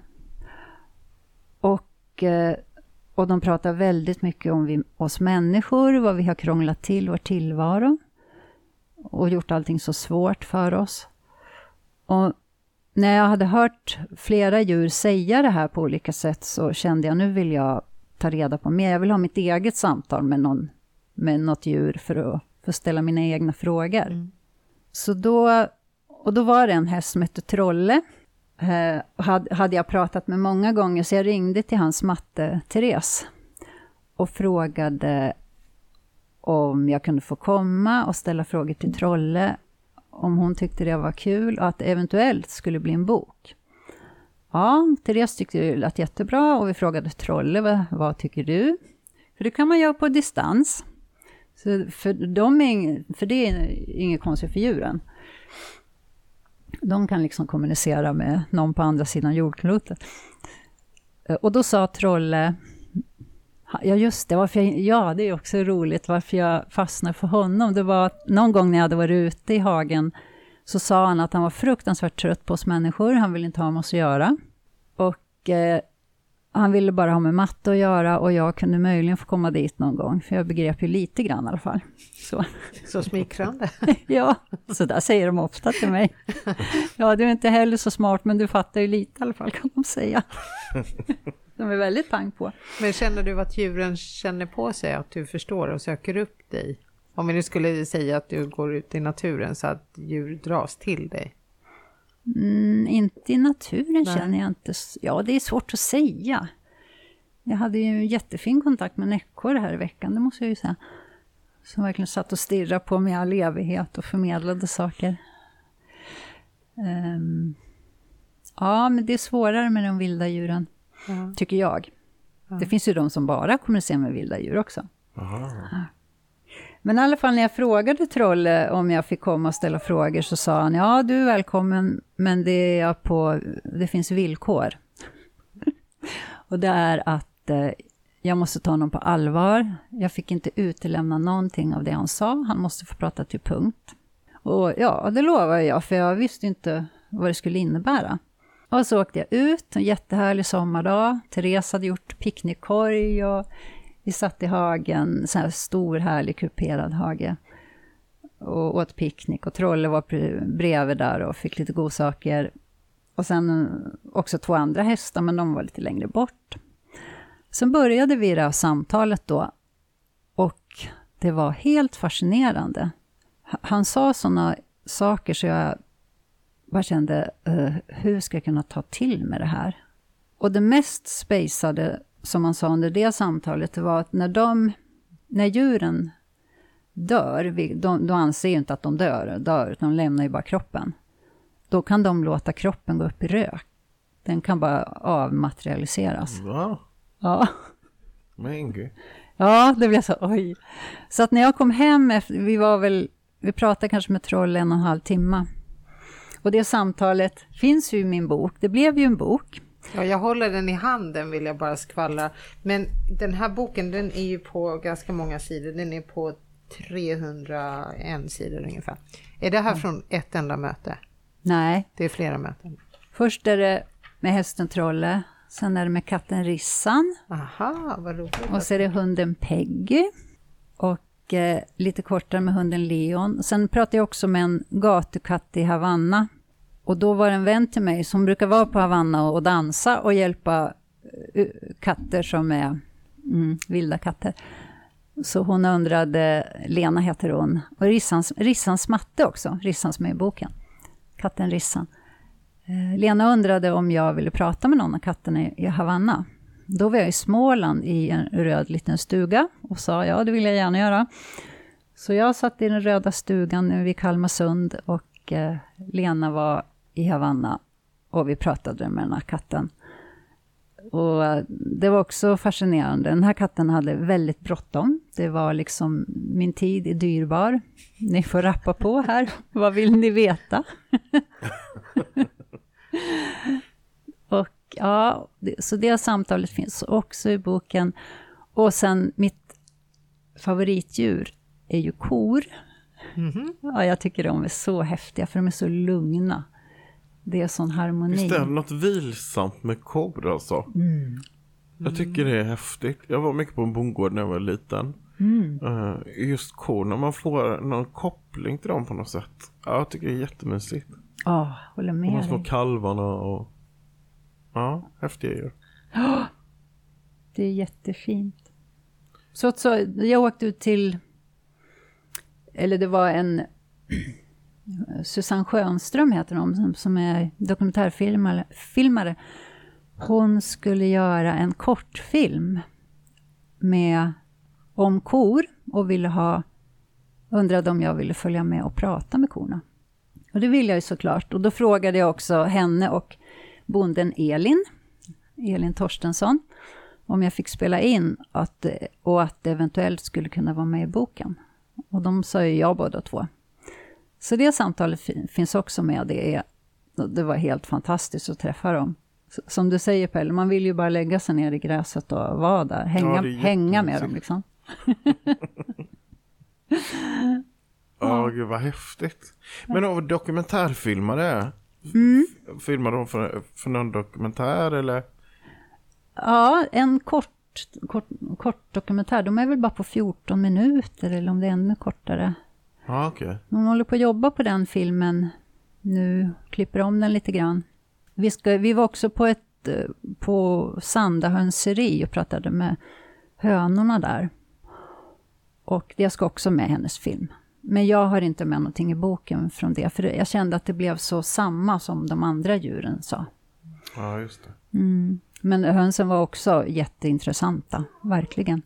Och, och de pratar väldigt mycket om vi, oss människor. Vad vi har krånglat till vår tillvaro. och gjort allting så svårt för oss. Och när jag hade hört flera djur säga det här på olika sätt så kände jag, nu vill jag ta reda på mer. Jag vill ha mitt eget samtal med, någon, med något djur för att, för att ställa mina egna frågor. Mm. Så då, och då var det en häst som hette Trolle. Eh, hade, hade jag pratat med många gånger, så jag ringde till hans matte Therese och frågade om jag kunde få komma och ställa frågor till Trolle, om hon tyckte det var kul och att det eventuellt skulle bli en bok. Ja, Therese tyckte det lät jättebra och vi frågade Trolle, vad, vad tycker du? För det kan man göra på distans. Så för, de är, för det är inget konstigt för djuren. De kan liksom kommunicera med någon på andra sidan jordklotet. Och då sa Trolle, ja just det, varför jag, ja det är också roligt varför jag fastnade för honom. Det var någon gång när jag hade varit ute i hagen så sa han att han var fruktansvärt trött på oss människor. Han ville inte ha med oss att göra. Och eh, han ville bara ha med matte att göra och jag kunde möjligen få komma dit någon gång. För jag begrep ju lite grann i alla fall. Så, så smickrande. Ja, så där säger de ofta till mig. Ja, du är inte heller så smart men du fattar ju lite i alla fall kan de säga. De är väldigt pang på. Men känner du att djuren känner på sig att du förstår och söker upp dig? Om vi nu skulle säga att du går ut i naturen så att djur dras till dig. Mm, inte i naturen. Nej. Känner jag inte. Ja, det är svårt att säga. Jag hade ju en jättefin kontakt med en ekorre här i veckan, det måste jag ju säga. Som verkligen satt och stirrade på mig i all evighet och förmedlade saker. Um, ja, men det är svårare med de vilda djuren. Mm. Tycker jag. Mm. Det finns ju de som bara kommunicerar med vilda djur också. Aha. Men i alla fall när jag frågade Trolle om jag fick komma och ställa frågor så sa han, ja du är välkommen men det, är på, det finns villkor. Och det är att eh, jag måste ta honom på allvar. Jag fick inte utelämna någonting av det han sa. Han måste få prata till punkt. Och ja, det lovar jag för jag visste inte vad det skulle innebära. Och så åkte jag ut, en jättehärlig sommardag. Therese hade gjort picknickkorg och vi satt i hagen, så här stor härlig kuperad hage. Och åt picknick och Trolle var bredvid där och fick lite godsaker. Och sen också två andra hästar men de var lite längre bort. Sen började vi det här samtalet då och det var helt fascinerande. Han sa sådana saker så jag bara kände, uh, hur ska jag kunna ta till med det här? Och det mest spacade som man sa under det samtalet det var att när, de, när djuren dör, vi, de, då anser ju inte att de dör, dör utan de lämnar ju bara kroppen. Då kan de låta kroppen gå upp i rök. Den kan bara avmaterialiseras. Va? Ja. Men gud. Ja, det blev så, oj. Så att när jag kom hem, efter, vi var väl, vi pratade kanske med Troll en och en halv timme. Och det samtalet finns ju i min bok. Det blev ju en bok. Ja, jag håller den i handen vill jag bara skvallra. Men den här boken den är ju på ganska många sidor. Den är på trehundraen sidor ungefär. Är det här mm. från ett enda möte? Nej. Det är flera möten. Först är det med hästen Trolle. Sen är det med katten Rissan. Aha, vad roligt. Och så är det hunden Peggy. Och eh, lite kortare med hunden Leon. Sen pratade jag också med en gatukatt i Havanna. Och då var det en vän till mig som brukar vara på Havanna och dansa och hjälpa uh, katter som är mm, vilda katter. Så hon undrade, Lena heter hon. Och Rissans, Rissans matte också, Rissans med i boken. Katten Rissan. Uh, Lena undrade om jag ville prata med någon av katterna i, i Havanna. Då var jag i Småland i en röd liten stuga och sa ja, det vill jag gärna göra. Så jag satt i den röda stugan vid Kalmarsund och uh, Lena var i Havanna och vi pratade med den här katten. Och det var också fascinerande. Den här katten hade väldigt bråttom. Det var liksom, min tid är dyrbar. Ni får rappa på här. Vad vill ni veta? Och ja, så det samtalet finns också i boken. Och sen mitt favoritdjur är ju kor. Mm-hmm. Ja, jag tycker de är så häftiga för de är så lugna. Det är sån harmoni. Visst är det något vilsamt med kor alltså. Mm. Jag tycker det är häftigt. Jag var mycket på en bondgård när jag var liten. Mm. Uh, just korna, man får någon koppling till dem på något sätt. Ja, jag tycker det är jättemysigt. Ja, oh, håller med och de dig. små kalvarna och ja, häftiga djur. Oh, det är jättefint. Så, så jag åkte ut till, eller det var en Susanne Schönström heter hon, som, som är dokumentärfilmare. Filmare. Hon skulle göra en kortfilm med om kor och ville ha, undrade om jag ville följa med och prata med korna. Och det ville jag ju såklart. Och då frågade jag också henne och bonden Elin, Elin Torstensson, om jag fick spela in att, och att det eventuellt skulle kunna vara med i boken. Och de sa ju ja båda två. Så det samtalet finns också med. Det, är, det var helt fantastiskt att träffa dem. Som du säger Pelle, man vill ju bara lägga sig ner i gräset och vara där. Hänga, ja, hänga med dem liksom. Ja, gud vad häftigt. Men av dokumentärfilmare, mm. filmar de för, för någon dokumentär eller? Ja, en kort, kort, kort dokumentär. De är väl bara på fjorton minuter eller om det är ännu kortare. Ja, okej. Okay. De håller på att jobba på den filmen. Nu klipper om den lite grann. Vi, ska, vi var också på ett på Sanda hönseri och pratade med hönorna där. Och det ska också med hennes film. Men jag har inte med någonting i boken från det. För jag kände att det blev så samma som de andra djuren sa. Ja, just det. Mm. Men hönsen var också jätteintressanta, verkligen.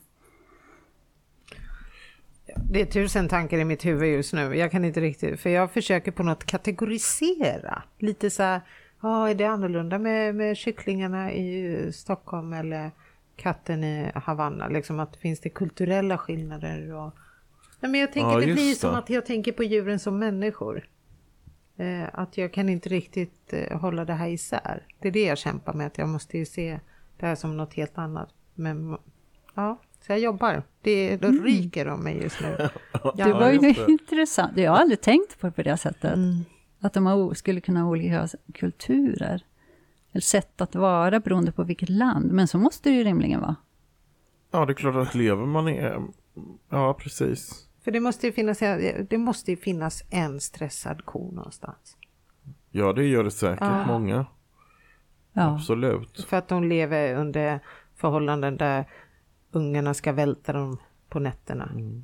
Det är tusen tankar i mitt huvud just nu. Jag kan inte riktigt, för jag försöker på något kategorisera. Lite så här, ja, är det annorlunda med, med kycklingarna i Stockholm eller katten i Havanna? Liksom att finns det kulturella skillnader? Och... Nej, men jag tänker, ja, det blir som att jag tänker på djuren som människor. Eh, att jag kan inte riktigt eh, hålla det här isär. Det är det jag kämpar med, att jag måste ju se det här som något helt annat. Men ja, så jag jobbar. Det, det mm. ryker om mig just nu. Ja, det var ju det. Intressant. Jag har aldrig tänkt på det på det sättet. Mm. Att de skulle kunna ha olika kulturer. Eller sätt att vara beroende på vilket land. Men så måste det ju rimligen vara. Ja, det är klart att lever man är... Ja, precis. För det måste ju finnas, det måste ju finnas en stressad ko någonstans. Ja, det gör det säkert. Ja. Många. Ja. Absolut. För att de lever under förhållanden där ungarna ska välta dem på nätterna. Mm.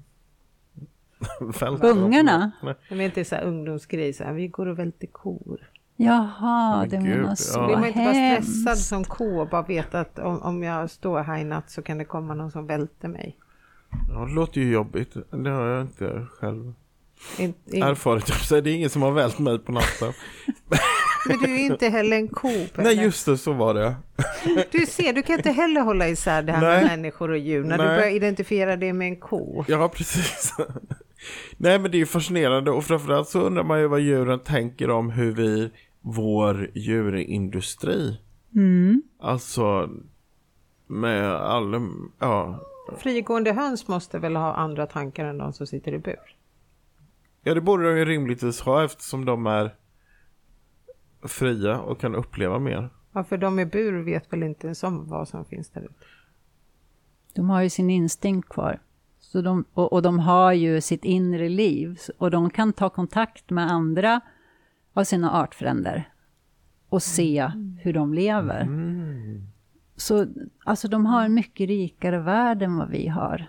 Ungarna? De är inte så här ungdomsgrej, så här, vi går och välter kor. Jaha, det menar så. Ja. Vill man inte vara stressad som ko och bara veta att om, om jag står här i natt så kan det komma någon som välter mig. Ja, det låter ju jobbigt. Det har jag inte själv in, in... erfarit. Det är ingen som har vält mig på natten. Men du är inte heller en ko. Nej, just det, så var det. Du ser, du kan inte heller hålla isär det här Nej. med människor och djur när Nej. du börjar identifiera det med en ko. Ja, precis. Nej, men det är ju fascinerande och framförallt så undrar man ju vad djuren tänker om hur vi, vår djurindustri, mm. alltså med alla, ja. Frigående höns måste väl ha andra tankar än de som sitter i bur? Ja, det borde de ju rimligtvis ha eftersom de är fria och kan uppleva mer. Ja, för de i bur vet väl inte som vad som finns där ute. De har ju sin instinkt kvar. Så de, och, och de har ju sitt inre liv. Och de kan ta kontakt med andra av sina artfränder. Och se mm. hur de lever. Mm. Så alltså de har en mycket rikare värld än vad vi har.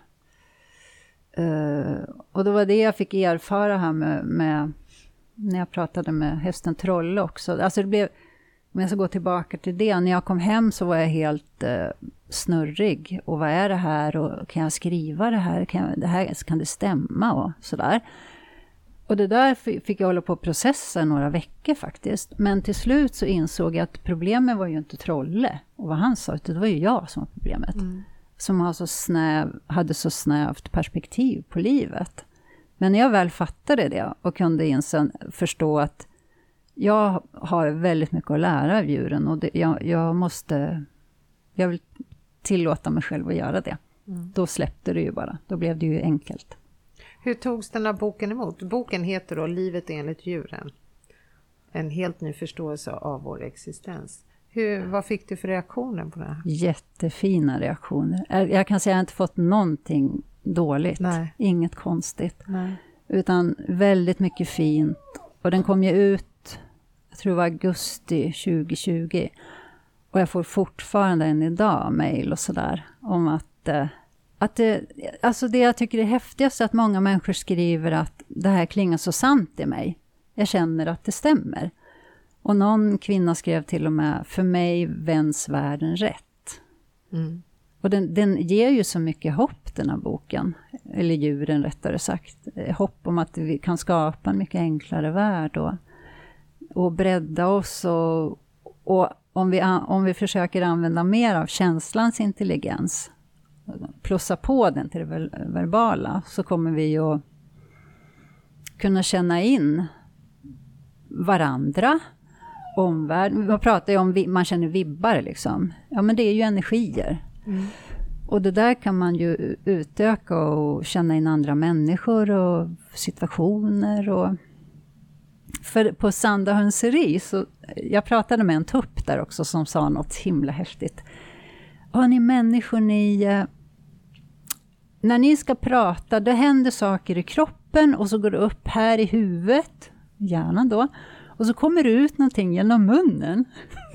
Uh, och det var det jag fick erfara här med, med när jag pratade med hästen Trolle också. Alltså det blev, om jag ska gå tillbaka till det, när jag kom hem så var jag helt uh, snurrig. Och vad är det här? Och kan jag skriva det här? Kan, jag, det här, kan det stämma? Och sådär. Och det där fick jag hålla på att processa några veckor faktiskt. Men till slut så insåg jag att problemet var ju inte Trolle och vad han sa, utan det var ju jag som var problemet. Mm. Som har så snäv, hade så snävt perspektiv på livet. Men när jag väl fattade det och kunde insen förstå att jag har väldigt mycket att lära av djuren. Och det, jag, jag måste, jag vill tillåta mig själv att göra det. Mm. Då släppte det ju bara, då blev det ju enkelt. Hur togs den här boken emot? Boken heter då Livet enligt djuren. En helt ny förståelse av vår existens. Hur, vad fick du för reaktioner på det här? Jättefina reaktioner. Jag kan säga att jag inte fått någonting dåligt. Nej. Inget konstigt. Nej. Utan väldigt mycket fint. Och den kom ju ut, jag tror det var augusti tjugo tjugo. Och jag får fortfarande än idag mejl och sådär om att, eh, att det, alltså det jag tycker är häftigast är att många människor skriver att det här klingar så sant i mig. Jag känner att det stämmer. Och någon kvinna skrev till och med, för mig vänds världen rätt. Mm. Och den, den ger ju så mycket hopp, den här boken. Eller djuren rättare sagt. Hopp om att vi kan skapa en mycket enklare värld. Och, och bredda oss. Och, och om, vi, om vi försöker använda mer av känslans intelligens. Plussa på den till det verbala. Så kommer vi ju att kunna känna in varandra. Omvärld. Man pratar ju om, man känner vibbar liksom. Ja, men det är ju energier. Mm. Och det där kan man ju utöka och känna in andra människor och situationer. Och för på Sanda hönseri så jag pratade med en tupp där också som sa något himla häftigt. Ja, ni människor, ni när ni ska prata, det händer saker i kroppen och så går det upp här i huvudet, hjärnan då. Och så kommer det ut någonting genom munnen.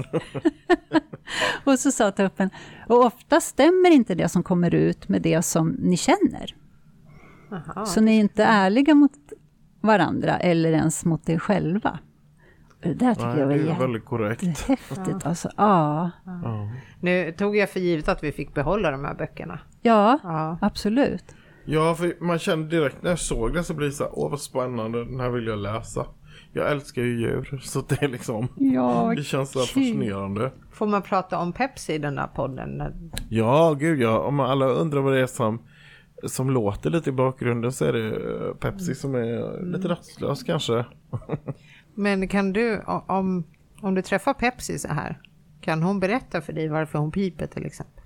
Och så sa tuppen, och ofta stämmer inte det som kommer ut med det som ni känner. Aha, så ni är inte ärliga mot varandra eller ens mot er själva. Det där tycker Nej, jag var det är väldigt korrekt. Häftigt. Ja. Alltså, ja. Ja. Nu tog jag för givet att vi fick behålla de här böckerna. Ja, ja. Absolut. Ja, för man kände direkt när jag såg det så blir det så här, åh vad spännande, den här vill jag läsa. Jag älskar ju djur, så det är liksom, ja, det känns så fascinerande. Får man prata om Pepsi i den här podden? Ja, gud ja. Om alla undrar vad det är som, som låter lite i bakgrunden så är det Pepsi som är mm. lite rastlös kanske. Men kan du, om, om du träffar Pepsi så här, kan hon berätta för dig varför hon piper till exempel?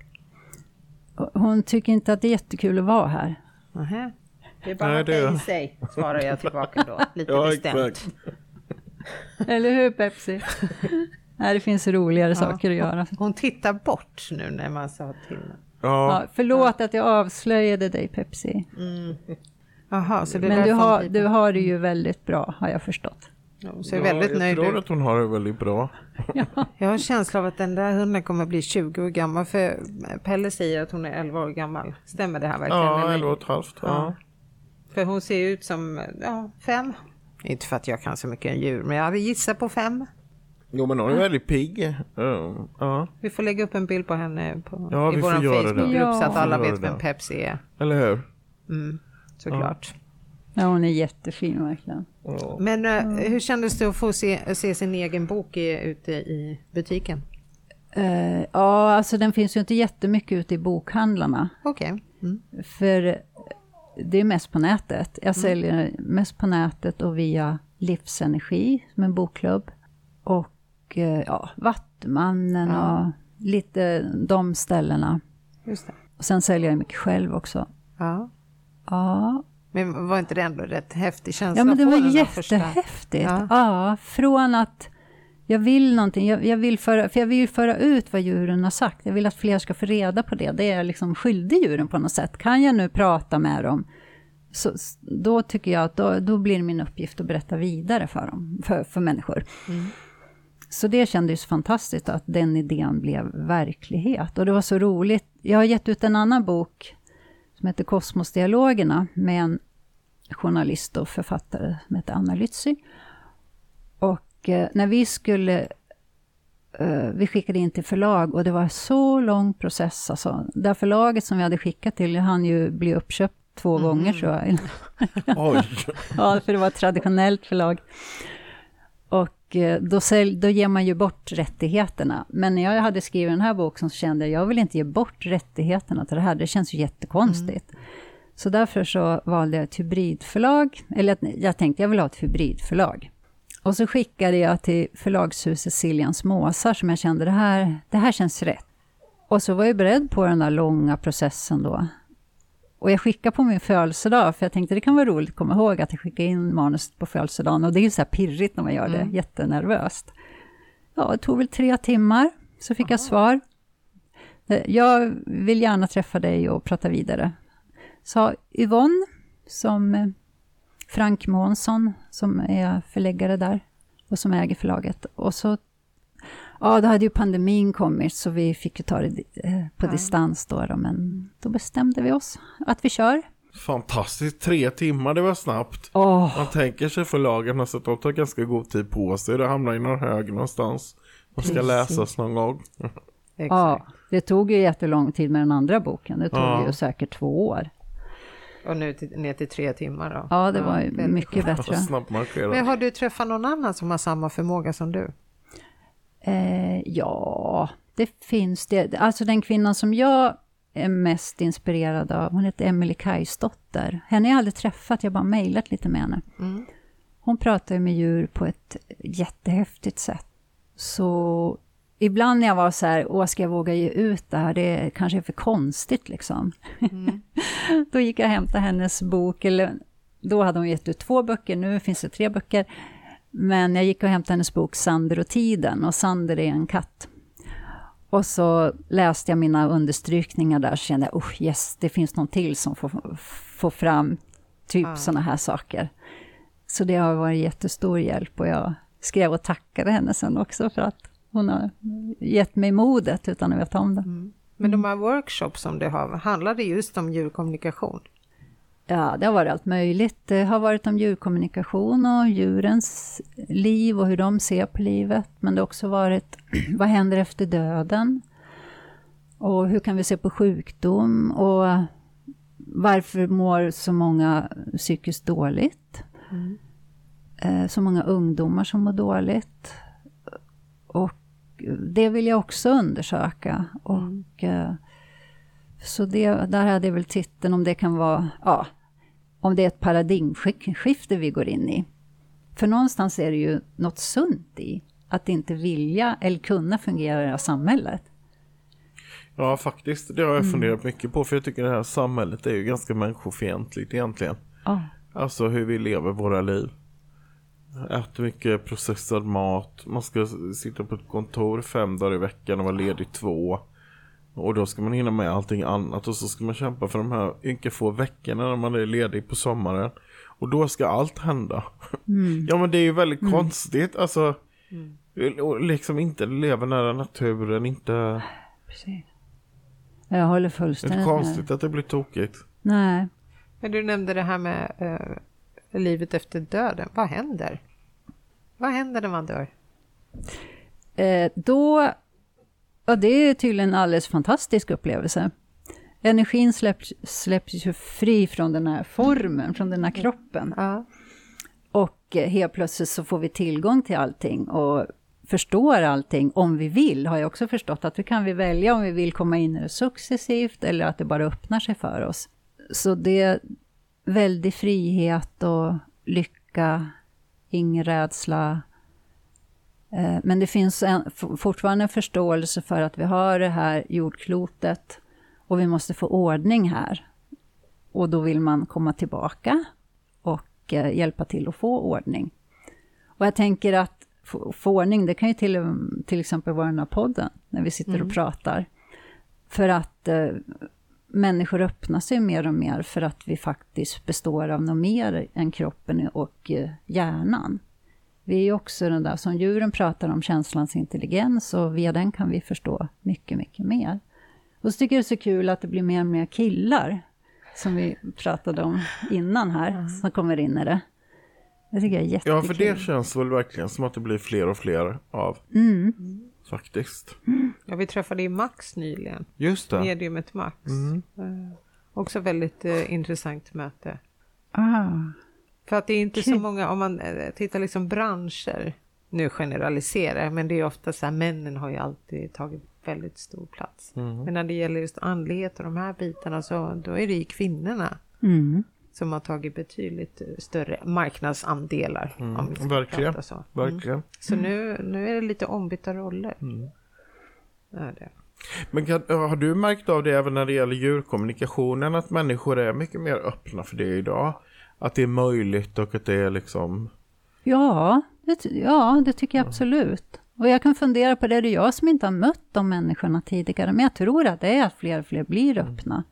Hon tycker inte att det är jättekul att vara här. Nähä. Det är bara Nej, det är... i sig, svarar jag tillbaka då. Lite ja, bestämt. Exakt. Eller hur, Pepsi? Nej, det finns roligare ja, saker att göra. Hon tittar bort nu när man sa till henne. Ja. Ja, förlåt ja. att jag avslöjade dig, Pepsi. Mm. Aha, så det Men du har, du har det ju väldigt bra, har jag förstått. Ja, så är väldigt jag nöjd. tror att hon har det väldigt bra. Ja. Jag har en känsla av att den där hunden kommer bli tjugo år gammal. För Pelle säger att hon är elva år gammal. Stämmer det här verkligen? Ja, elva och ett halvt. Ja. Ja. För hon ser ut som ja, fem. Inte för att jag kan så mycket en djur, men jag hade gissat på fem. Jo, men hon är väldigt pigg. Uh, uh. Vi får lägga upp en bild på henne på, ja, i vår Facebookgrupp ja. så att alla vet vem Pepsi är. Eller hur? Mm, såklart. Ja. Ja, hon är jättefin verkligen. Ja. Men uh, mm. hur kändes det att få se, se sin egen bok i, ute i butiken? Uh, ja, alltså den finns ju inte jättemycket ute i bokhandlarna. Okej. Okay. Mm. För det är mest på nätet. Jag säljer mm. mest på nätet och via Livsenergi som en bokklubb. Och ja, Vattumannen ja. och lite de ställena. Just det. Och sen säljer jag mycket själv också. Ja. Ja. Men var inte det ändå rätt häftig känsla? Ja, men det var jättehäftigt. Ja. ja, från att jag vill någonting. Jag, jag vill föra, för jag vill föra ut vad djuren har sagt. Jag vill att fler ska få reda på det. Det är liksom skyldig djuren på något sätt. Kan jag nu prata med dem? Så, då tycker jag att då, då blir det min uppgift att berätta vidare för dem. För, för människor. Mm. Så det kändes fantastiskt att den idén blev verklighet. Och det var så roligt. Jag har gett ut en annan bok som heter Kosmosdialogerna med en journalist och författare som heter Anna Lützy. Och eh, när vi skulle, eh, vi skickade in till förlag och det var så lång process. Alltså, det förlaget som vi hade skickat till, han ju bli uppköpt två mm. gånger tror jag. Oj. Ja, för det var ett traditionellt förlag. Och eh, då, sälj, då ger man ju bort rättigheterna. Men när jag hade skrivit den här boken så kände jag, jag vill inte ge bort rättigheterna till det här. Det känns ju jättekonstigt. Mm. Så därför så valde jag ett hybridförlag. Eller jag tänkte jag vill ha ett hybridförlag. Och så skickade jag till förlagshuset Siljans Måsar som jag kände det här, det här känns rätt. Och så var jag beredd på den där långa processen då. Och jag skickade på min födelsedag för jag tänkte det kan vara roligt att komma ihåg att jag skickade in manus på födelsedagen. Och det är ju så här pirrigt när man gör det, mm. jättenervöst. Ja, det tog väl tre timmar så fick Aha. jag svar. Jag vill gärna träffa dig och prata vidare. Så Yvonne som Frank Månsson som är förläggare där och som äger förlaget. Och så, ja då hade ju pandemin kommit så vi fick ju ta det på ja. distans då, då. Men då bestämde vi oss att vi kör. Fantastiskt, tre timmar, det var snabbt. Oh. Man tänker sig förlagen så att de tar ganska god tid på sig. Det hamnar i någon hög någonstans. Man ska Precis. läsas någon gång. Ja, det tog ju jättelång tid med den andra boken. Det tog ja. ju säkert två år. Och nu till, ner till tre timmar då? Ja, det var ja, mycket bättre. Men har du träffat någon annan som har samma förmåga som du? Eh, ja, det finns det. Alltså den kvinnan som jag är mest inspirerad av, hon heter Emily Kajsdotter. Henne har jag aldrig träffat, jag har bara mejlat lite med henne. Mm. Hon pratar med djur på ett jättehäftigt sätt. Så ibland när jag var så här, åh ska jag våga ge ut det här, det kanske är för konstigt liksom. Mm. Då gick jag och hämtade hennes bok, eller då hade hon gett ut två böcker, nu finns det tre böcker. Men jag gick och hämtade hennes bok Sander och tiden, och Sander är en katt. Och så läste jag mina understrykningar där, så kände jag, oh yes, det finns någon till som får, får fram typ ah. såna här saker. Så det har varit jättestor hjälp, och jag skrev och tackade henne sen också för att hon har gett mig modet utan att veta om det. Mm. Men de här workshops som det har, handlar det just om djurkommunikation? Ja, det har varit allt möjligt. Det har varit om djurkommunikation och djurens liv och hur de ser på livet. Men det har också varit, vad händer efter döden? Och hur kan vi se på sjukdom? Och varför mår så många psykiskt dåligt? Mm. Så många ungdomar som mår dåligt. Och det vill jag också undersöka. Och mm. så det, där hade jag väl titeln om det kan vara, ja, om det är ett paradigmskifte vi går in i. För någonstans är det ju något sunt i att inte vilja eller kunna fungera i samhället. Ja, faktiskt. Det har jag mm. funderat mycket på, för jag tycker det här samhället är ju ganska människofientligt egentligen. Oh. Alltså hur vi lever våra liv. Äter mycket processad mat. Man ska sitta på ett kontor fem dagar i veckan och vara ledig två. Och då ska man hinna med allting annat. Och så ska man kämpa för de här ynka få veckorna när man är ledig på sommaren. Och då ska allt hända. Mm. Ja, men det är ju väldigt mm. konstigt. Alltså, mm. liksom inte leva nära naturen. Inte... Precis. Jag håller fullständigt med. Det är konstigt att det blir tokigt. Nej. Men du nämnde det här med uh, livet efter döden. Vad händer? Vad händer när man dör? Eh, då... Ja, det är tydligen en alldeles fantastisk upplevelse. Energin släpps, släpps ju fri från den här formen, från den här kroppen. Ja. Och helt plötsligt så får vi tillgång till allting och förstår allting om vi vill. Har jag också förstått att vi kan vi välja om vi vill komma in i det successivt eller att det bara öppnar sig för oss. Så det är väldig frihet och lycka, ingen rädsla. Men det finns en, fortfarande en förståelse för att vi har det här jordklotet och vi måste få ordning här. Och då vill man komma tillbaka och hjälpa till att få ordning. Och jag tänker att få, få ordning, det kan ju till, till exempel vara den här podden när vi sitter mm. och pratar. För att eh, människor öppnar sig mer och mer för att vi faktiskt består av något mer än kroppen och eh, hjärnan. Vi är ju också den där som djuren pratar om, känslans intelligens, och via den kan vi förstå mycket, mycket mer. Och så tycker jag det är så kul att det blir mer och mer killar som vi pratade om innan här, mm. som kommer in i det. Jag tycker det är jättekul. Ja, för det känns väl verkligen som att det blir fler och fler av. Mm. Faktiskt. Mm. Ja, vi träffade ju Max nyligen. Just det. Mediumet Max. Mm. Uh, också väldigt uh, intressant möte. Ah. För att det är inte så många, om man tittar liksom branscher, nu generaliserar, men det är ofta så här, männen har ju alltid tagit väldigt stor plats. Mm. Men när det gäller just andlighet och de här bitarna, så då är det ju kvinnorna mm. som har tagit betydligt större marknadsandelar. Mm. Om vi ska Verkligen. prata så. Verkligen. Mm. Så nu, nu är det lite ombytta roller. Mm. Ja, det. Men kan, har du märkt av det även när det gäller djurkommunikationen, att människor är mycket mer öppna för det idag? Att det är möjligt och att det är liksom... Ja, det, ja, det tycker jag absolut. Och jag kan fundera på det, det är jag som inte har mött de människorna tidigare. Men jag tror att det är att fler och fler blir öppna.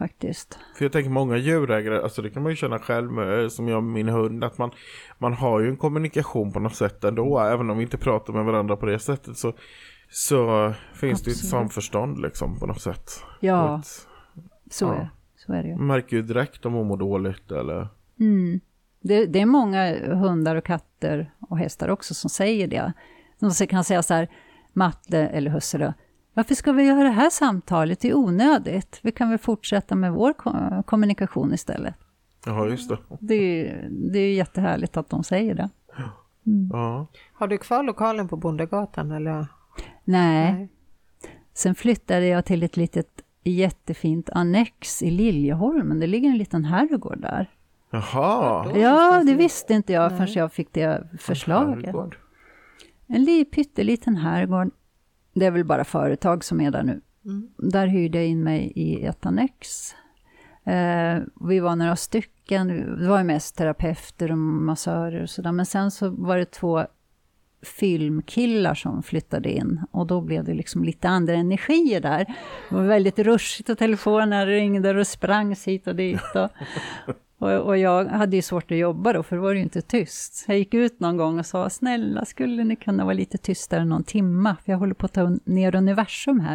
faktiskt. För jag tänker många djurägare, alltså det kan man ju känna själv med, som jag med min hund, att man, man har ju en kommunikation på något sätt ändå, även om vi inte pratar med varandra på det sättet, så, så finns Absolut. det ju ett samförstånd liksom på något sätt. Ja, ett, så, ja. Är, så är det ju. Man märker ju direkt om de mår dåligt eller... Mm. Det, det är många hundar och katter och hästar också som säger det. De kan säga så här, Matte eller Husse då, varför ska vi göra det här samtalet? Det är onödigt. Vi kan väl fortsätta med vår ko- kommunikation istället. Ja, just det. Det är, det är jättehärligt att de säger det. Mm. Ja. Har du kvar lokalen på Bondegatan eller? Nej. Nej. Sen flyttade jag till ett litet jättefint annex i Liljeholmen. Det ligger en liten herrgård där. Jaha. Ja, det visste inte jag förrän jag fick det förslaget. En, en li, pytteliten herrgård. Det är väl bara företag som är där nu. Mm. Där hyrde jag in mig i ett annex. Eh, vi var några stycken. Det var ju mest terapeuter och massörer och sådär. Men sen så var det två filmkillar som flyttade in. Och då blev det liksom lite andra energier där. Det var väldigt rushigt och telefonen ringde och sprang hit och dit. Och, och, och jag hade ju svårt att jobba då, för det var ju inte tyst. Jag gick ut någon gång och sa, snälla skulle ni kunna vara lite tystare någon timma? För jag håller på att ta ner universum här.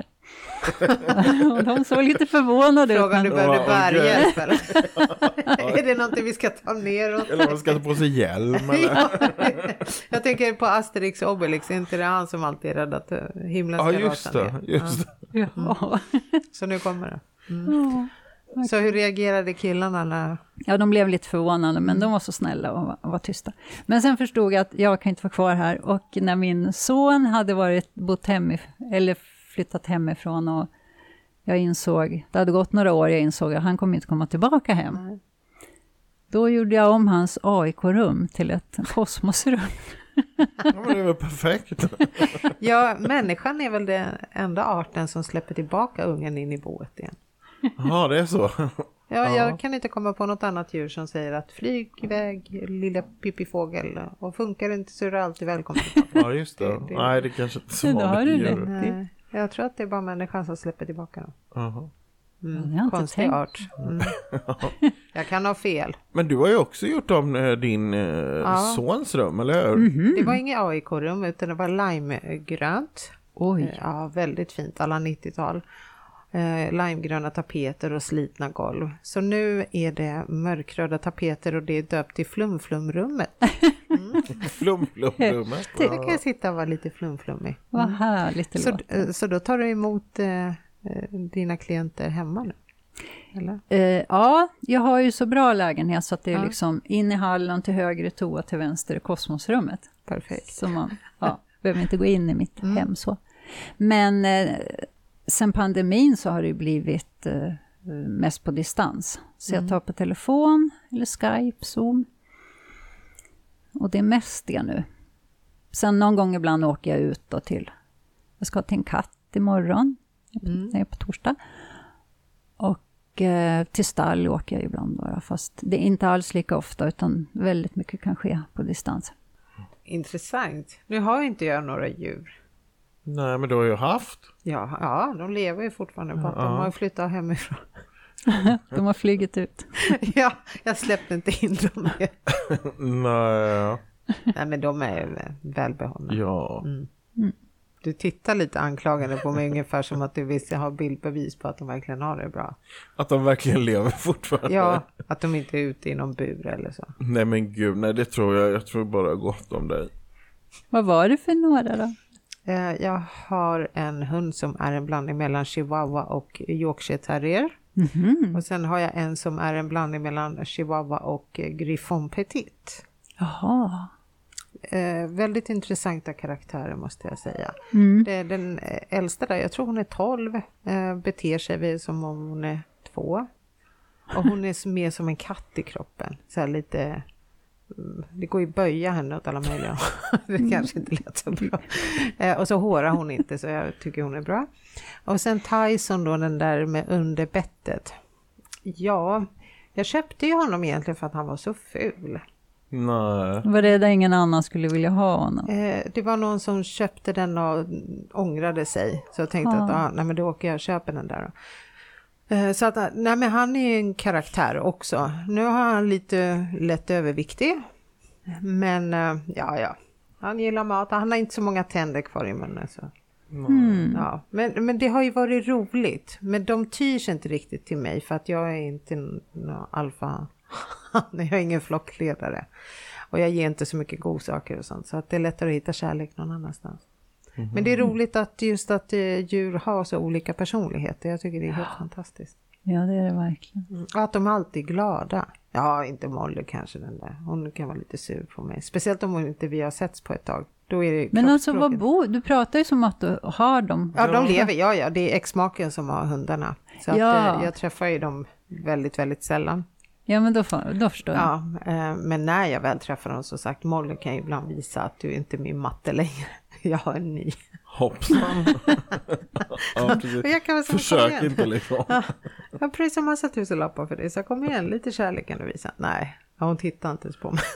Och de såg lite förvånade ut. Frågan du behövde bärhjälp eller? Är det någonting vi ska ta ner oss? Eller man ska ta på sig hjälm eller? Ja, jag tänker på Asterix och Obelix, inte det han som alltid är rädd att himlen ska ja, just rasa det, ner? just det. Mm. Ja. Så nu kommer det. Mm. Ja, så hur reagerade killarna när... Ja, de blev lite förvånade, men de var så snälla och var, och var tysta. Men sen förstod jag att jag kan inte vara kvar här. Och när min son hade varit bott hemifrån, eller flyttat hemifrån, och jag insåg, det hade gått några år, jag insåg att han kommer inte komma tillbaka hem. Nej. Då gjorde jag om hans A I K-rum till ett kosmosrum. Ja, men det var perfekt. Ja, människan är väl den enda arten som släpper tillbaka ungen in i boet igen. Ja, det är så. Ja, ja, jag kan inte komma på något annat djur som säger att flyg iväg, lilla pippifågel, och funkar det inte så är du alltid välkommen tillbaka. Ja, just det. det, det. Nej, det kanske inte är så vanligt djur. Nej, jag tror att det är bara människan som släpper tillbaka dem. Uh-huh. Mm, konstig art. Mm. Jag kan ha fel. Men du har ju också gjort om din eh, ja. sons rum, eller hur? Mm-hmm. Det var inget A I K-rum utan det var limegrönt. Oj. Ja, väldigt fint, alla nittiotal. Eh, limegröna tapeter och slitna golv. Så nu är det mörkröda tapeter och det är döpt till flumflumrummet. Mm. Flumflumrummet. Det kan jag sitta och vara lite flumflummig. Vad härligt det så, låter. Så då tar du emot eh, dina klienter hemma nu? Eller? Eh, ja, jag har ju så bra lägenhet så att det är ja. liksom in i hallen, till höger i toa, till vänster i kosmosrummet. Perfekt. Så man ja, behöver inte gå in i mitt mm. hem så. Men eh, sen pandemin så har det blivit eh, mest på distans. Så mm. jag tar på telefon eller Skype, Zoom. Och det är mest det nu. Sen någon gång ibland åker jag ut då till, jag ska till en katt imorgon. Mm. Jag är på torsdag. Och eh, till stall åker jag ibland bara. Fast det är inte alls lika ofta utan väldigt mycket kan ske på distans. Intressant. Nu har inte jag några djur. Nej, men du har ju haft. Ja, ja de lever ju fortfarande på att ja. de har flyttat hemifrån. De har flygit ut. Ja, jag släppte inte in dem. Nej. Nej, men de är välbehållna. Ja. Mm. Mm. Du tittar lite anklagande på mig ungefär som att du visste ha bildbevis på att de verkligen har det bra. Att de verkligen lever fortfarande. Ja, att de inte är ute i någon bur eller så. Nej men gud, nej det tror jag. Jag tror bara gott om dig. Vad var det för några då? Jag har en hund som är en blandning mellan chihuahua och Yorkshire terrier. Mm-hmm. Och sen har jag en som är en blandning mellan chihuahua och griffon petit. Jaha. Eh, väldigt intressanta karaktärer måste jag säga. Mm. Det är den äldsta där, jag tror hon är tolv, eh, beter sig som om hon är två. Och hon är mer som en katt i kroppen. Så här lite, det går ju böja henne åt alla möjliga. Det kanske inte lät så bra. Eh, och så hårar hon inte så jag tycker hon är bra. Och sen Tyson då, den där med underbettet. Ja, jag köpte ju honom egentligen för att han var så ful. Nej. Var det där ingen annan skulle vilja ha honom? Eh, det var någon som köpte den och ångrade sig. Så jag tänkte ja. att ah, nej, men då åker jag och köper den där. Så att, nej men han är en karaktär också. Nu har han lite lätt överviktig. Men ja, ja. Han gillar mat. Han har inte så många tänder kvar i munnen. Så. Mm. Ja, men, men det har ju varit roligt. Men de tyr sig inte riktigt till mig. För att jag är inte någon alfa. Jag är ingen flockledare. Och jag ger inte så mycket godsaker och sånt. Så att det är lättare att hitta kärlek någon annanstans. Mm-hmm. Men det är roligt att just att djur har så olika personligheter. Jag tycker det är helt ja. fantastiskt. Ja, det är det verkligen. Mm. Och att de alltid är glada. Ja, inte Molly kanske den där. Hon kan vara lite sur på mig. Speciellt om hon inte vi har setts på ett tag. Då är det men alltså vad bor, du pratar ju som att du har dem. Ja, de lever, ja, ja. Det är ex-maken som har hundarna. Så att, ja. jag träffar ju dem väldigt, väldigt sällan. Ja, men då, då förstår jag. Ja, eh, men när jag väl träffar dem så sagt, Molly kan ju ibland visa att du inte är min matte längre. Jag har en ny. Hoppsan. Ja, jag kan försök inte liksom. Ja, jag har pröjsat massa tusen lappar för det. Så kom igen, lite kärlek kan du visa. Nej, hon tittar inte ens på mig.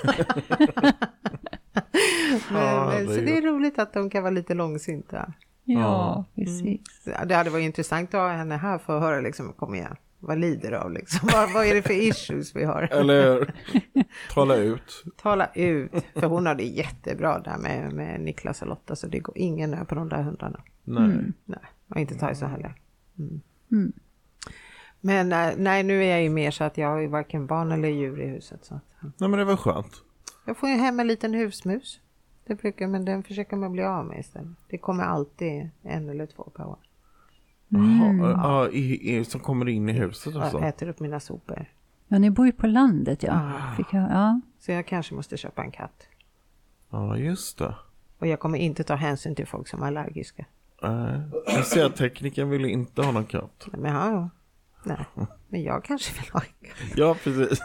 men, ja, men, det så det är roligt att de kan vara lite långsinta. Ja, precis. Mm. Det hade varit intressant att ha henne här för att höra liksom, kom igen. Vad lider av liksom? Vad, vad är det för issues vi har? Eller tala ut. Tala ut. För hon har det jättebra där med, med Niklas och Lotta. Så det går ingen nöd på de där hundarna. Nej. Mm. Nej, och inte ta så heller. Mm. Mm. Men nej, nu är jag ju mer så att jag har ju varken barn eller djur i huset. Så att, nej, men det var skönt. Jag får ju hem en liten husmus. Det brukar, men den försöker man bli av med istället. Det kommer alltid en eller två per år. Mm. Jaha, ja, i, i, som kommer in i huset och så. Jag äter upp mina sopor. Ja, ni bor ju på landet, ja. Ah. Fick jag, ja. Så jag kanske måste köpa en katt. Ja, just det. Och jag kommer inte ta hänsyn till folk som är allergiska. Nej, jag ser att tekniken vill inte ha någon katt. Nej, men ja, nej. Men jag kanske vill ha en katt. Ja, precis.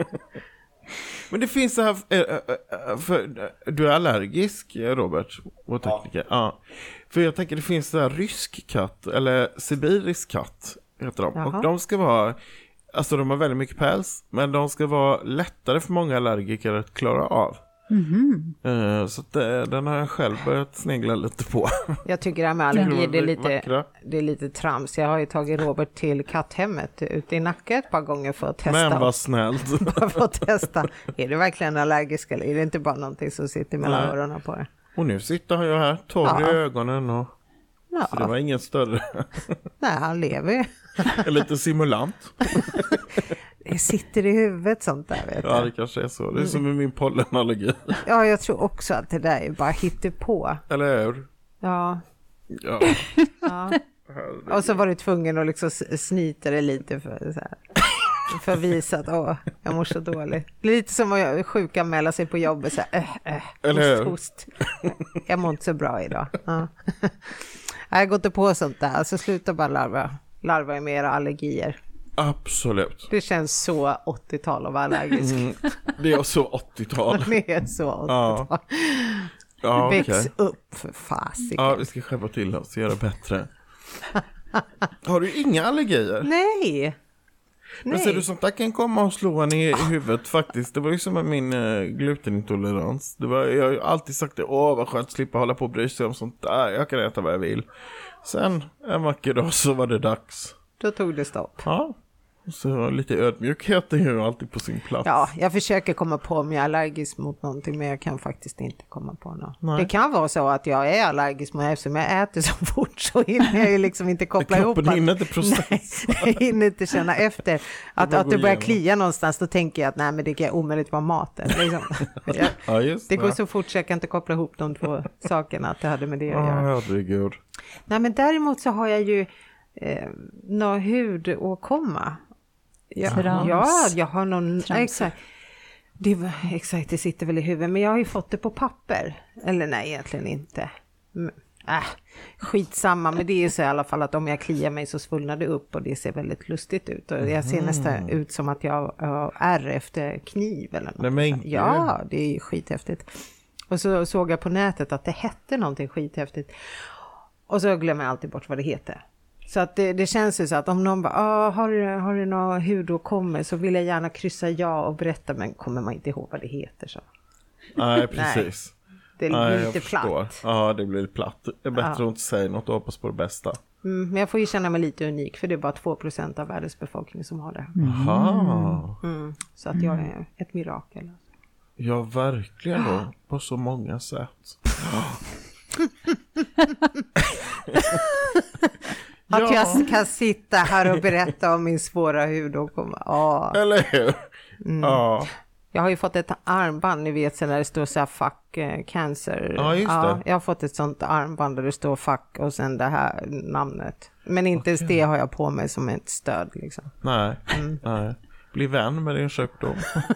Men det finns så här, för du är allergisk, Robert, vår tekniker. Ja. Ja. För jag tänker det finns så här rysk katt, eller sibirisk katt heter de. Jaha. Och de ska vara, alltså de har väldigt mycket päls, men de ska vara lättare för många allergiker att klara av. Mm-hmm. Så att det, den har jag själv börjat snegla lite på. Jag tycker det här med allergi, det är lite, det är lite trams. Jag har ju tagit Robert till katthemmet ute i Nacka ett par gånger för att testa. Men vad snällt. För att testa. Är det verkligen allergisk eller är det inte bara någonting som sitter mellan Nej. öronen på det? Och nu sitter jag här, torr ja. i ögonen och ja. Så det var ingen större. Nej, han lever ju. Lite simulant. Det sitter i huvudet sånt där, vet Ja, det kanske är så. Det är som med min pollenallergi. Ja, jag tror också att det där är bara hittepå. Eller hur? Ja. Ja. Ja. Och så var du tvungen att liksom snita det lite för så här. För att visa att åh, jag mår så dåligt. Lite som att sjuka mäla sig på jobbet så här, äh, äh, Eller host, host. Jag mår inte så bra idag. Ja. Jag går inte på sånt där. Alltså sluta bara larva. Larva med era allergier. Absolut. Det känns så åttiotal att vara allergisk. Mm, det är så åttiotal. Det är så åttiotal. Ja. Ja, väx okay. upp för fasiken. Ja, vi ska skärpa till oss och göra bättre. Har du inga allergier? Nej. Men ser du, sånt där kan komma och slå en i huvudet faktiskt. Det var ju som med min uh, glutenintolerans. Det var, jag har ju alltid sagt det, åh vad skönt att slippa hålla på och bry sig om sånt där. Jag kan äta vad jag vill. Sen en vacker dag så var det dags. Då tog det stopp. Ja, så lite ödmjukhet är ju alltid på sin plats. Ja, jag försöker komma på om jag är allergisk mot någonting, men jag kan faktiskt inte komma på något. Nej. Det kan vara så att jag är allergisk mot eftersom jag äter så fort så hinner jag ju liksom inte koppla ihop. Kroppen hinner inte processa. Nej, jag hinner inte känna efter. Att, att det börjar klia någonstans, då tänker jag att nej, men det kan omöjligt vara maten. Liksom. Jag, ja, just det. Det går så fort så jag kan inte koppla ihop de två sakerna att det hade med det att göra. Ja, det är gud. Nej, men däremot så har jag ju eh, någon hud att komma. Ja, ja, jag har någon exakt. Det var, exakt, det sitter väl i huvudet, men jag har ju fått det på papper. Eller nej, egentligen inte. Men, äh, skitsamma, men det är så i alla fall att om jag kliar mig så svullnar det upp och det ser väldigt lustigt ut. Och jag ser mm. nästan ut som att jag har ärr efter kniv eller något. Nej, men ja, det är skithäftigt. Och så såg jag på nätet att det hette någonting skithäftigt. Och så glömmer jag alltid bort vad det heter. Så att det, det känns ju så att om någon bara, ah, har du, har du någon hud och kommer så vill jag gärna kryssa ja och berätta, men kommer man inte ihåg vad det heter så. Nej, precis. Nej, Det blir Nej, lite platt. Ja, det blir platt. Det är bättre Ja. att inte säga något och hoppas på det bästa. Mm, men jag får ju känna mig lite unik, för det är bara två procent av världens befolkning som har det. Aha. Mm, så att jag är ett mirakel. Ja, verkligen då. På så många sätt. Att jag kan sitta här och berätta om min svåra hudåkomma. Ja. Eller hur? Mm. Ja. Jag har ju fått ett armband, ni vet, så när det står så här fuck eh, cancer. Ja, just det. Jag har fått ett sånt armband där det står fuck och sen det här namnet. Men inte ens Okej. det har jag på mig som ett stöd liksom. Nej, Mm. nej. Bli vän med din sjukdom.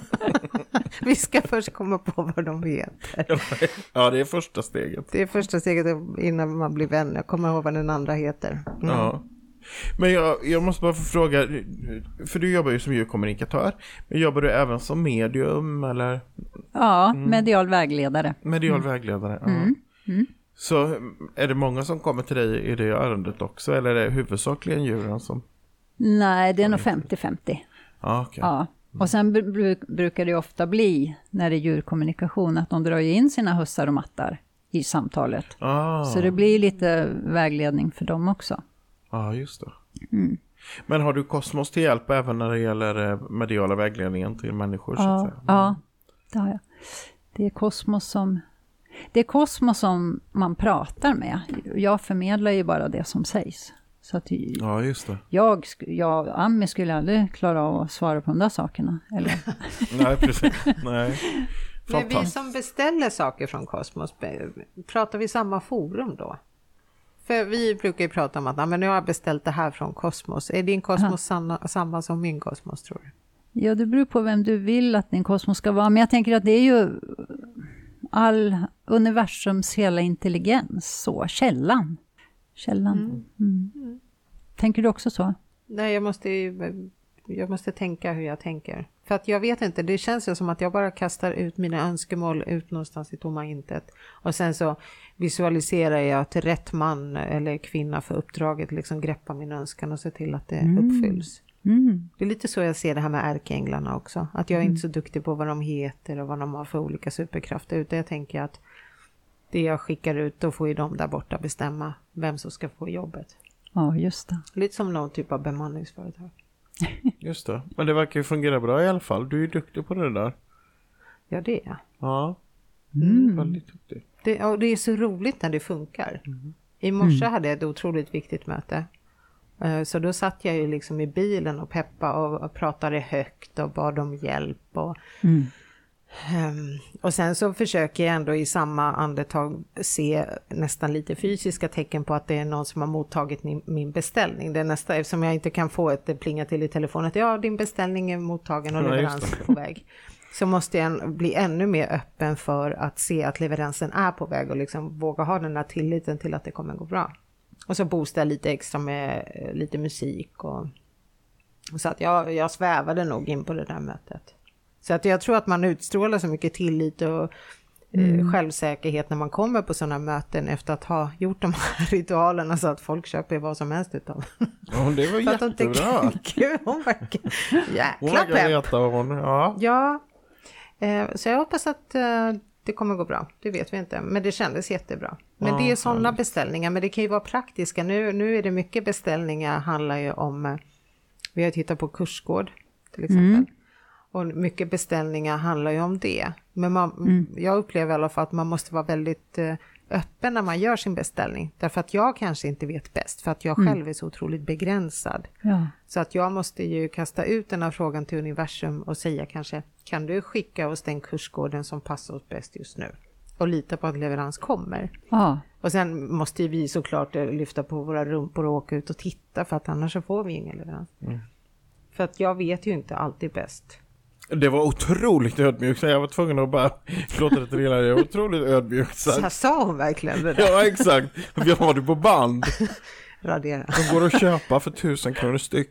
Vi ska först komma på vad de heter. Ja, det är första steget. Det är första steget innan man blir vän. Jag kommer ihåg vad den andra heter. Mm. Ja. Men jag, jag måste bara få fråga, för du jobbar ju som djurkommunikatör, men jobbar du även som medium eller Ja, medial vägledare. medial vägledare? Ja. Mm. Mm. Så är det många som kommer till dig i det ärendet också, eller är det huvudsakligen djuren som... Nej, det är nog femtio femtio. Ja, okej. Ja. Och sen br- brukar det ofta bli, när det är djurkommunikation, att de drar ju in sina hussar och mattar i samtalet. Ah. Så det blir lite vägledning för dem också. Ja, just det. Mm. Men har du Kosmos till hjälp även när det gäller eh, mediala vägledningen till människor? Så att Ja, säga? ja, det har jag. Det är Kosmos som, det är Kosmos som man pratar med. Jag förmedlar ju bara det som sägs. Så att Ja, just det. jag, sk- jag, Ami skulle aldrig klara av att svara på de där sakerna. Eller? Nej, precis. Nej. Men vi Fantastiskt. som beställer saker från Kosmos, pratar vi samma forum då? För vi brukar ju prata om att nej, men nu har jag beställt det här från Kosmos. Är din Kosmos samma, samma som min Kosmos, tror du? Ja, det beror på vem du vill att din Kosmos ska vara. Men jag tänker att det är ju all universums hela intelligens, så källan. Källan. Mm. Mm. Tänker du också så? Nej, jag måste ju, jag måste tänka hur jag tänker. För att jag vet inte, det känns ju som att jag bara kastar ut mina önskemål ut någonstans i tomma intet. Och sen så visualiserar jag att rätt man eller kvinna för uppdraget liksom greppa min önskan och se till att det Mm. uppfylls. Mm. Det är lite så jag ser det här med ärkeänglarna också. Att jag är inte så duktig på vad de heter och vad de har för olika superkrafter. Utan jag tänker att det jag skickar ut, då får ju de där borta bestämma vem som ska få jobbet. Ja, just det. Lite som någon typ av bemanningsföretag. Just det. Men det verkar ju fungera bra i alla fall. Du är ju duktig på det där. Ja, det är jag. Ja, Mm. väldigt duktig. Det, och det är så roligt när det funkar. I morse Mm. hade jag ett otroligt viktigt möte. Eh, Så då satt jag ju liksom i bilen och peppa och, och pratade högt och bad om hjälp. Och, Mm. ehm, och sen så försöker jag ändå i samma andetag se nästan lite fysiska tecken på att det är någon som har mottagit min, min beställning. Det är nästa, eftersom jag inte kan få ett plinga till i telefonen att ja, din beställning är mottagen och Ja, just leverans är på väg. Så måste jag bli ännu mer öppen för att se att leveransen är på väg och liksom våga ha den här tilliten till att det kommer gå bra. Och så boostar jag lite extra med eh, lite musik. Och, så att jag, jag svävade nog in på det där mötet. Så att jag tror att man utstrålar så mycket tillit och eh, självsäkerhet när man kommer på sådana möten efter att ha gjort de här ritualerna så att folk köper vad som helst utav. Ja, det var För att de inte- jättebra. Gud, hon verkar Hon jäkla verkar pepp. veta vad hon... Ja. Ja, eh, så jag hoppas att eh, det kommer gå bra. Det vet vi inte, men det kändes jättebra. Men Ja, det är sådana härligt. beställningar, men det kan ju vara praktiska. Nu, nu är det mycket beställningar, handlar ju om, eh, vi har tittat på kursgård till exempel. Mm. Och mycket beställningar handlar ju om det. Men man, jag upplever i alla fall att man måste vara väldigt eh, öppen när man gör sin beställning. Därför att jag kanske inte vet bäst, för att jag själv är så otroligt begränsad. Ja. Så att jag måste ju kasta ut den här frågan till universum och säga kanske, kan du skicka oss den kursgården som passar oss bäst just nu? Och lita på att leverans kommer. Ja. Och sen måste ju vi såklart eh, lyfta på våra rumpor och åka ut och titta, för att annars så får vi ingen leverans. Mm. För att jag vet ju inte alltid bäst. Det var otroligt ödmjukt, så jag var tvungen att bara låta det trilla. Det var otroligt ödmjukt. Så. Så här sa hon verkligen det där. Ja, exakt. Vi har det på band. Radera. De går att köpa för tusen kronor styck.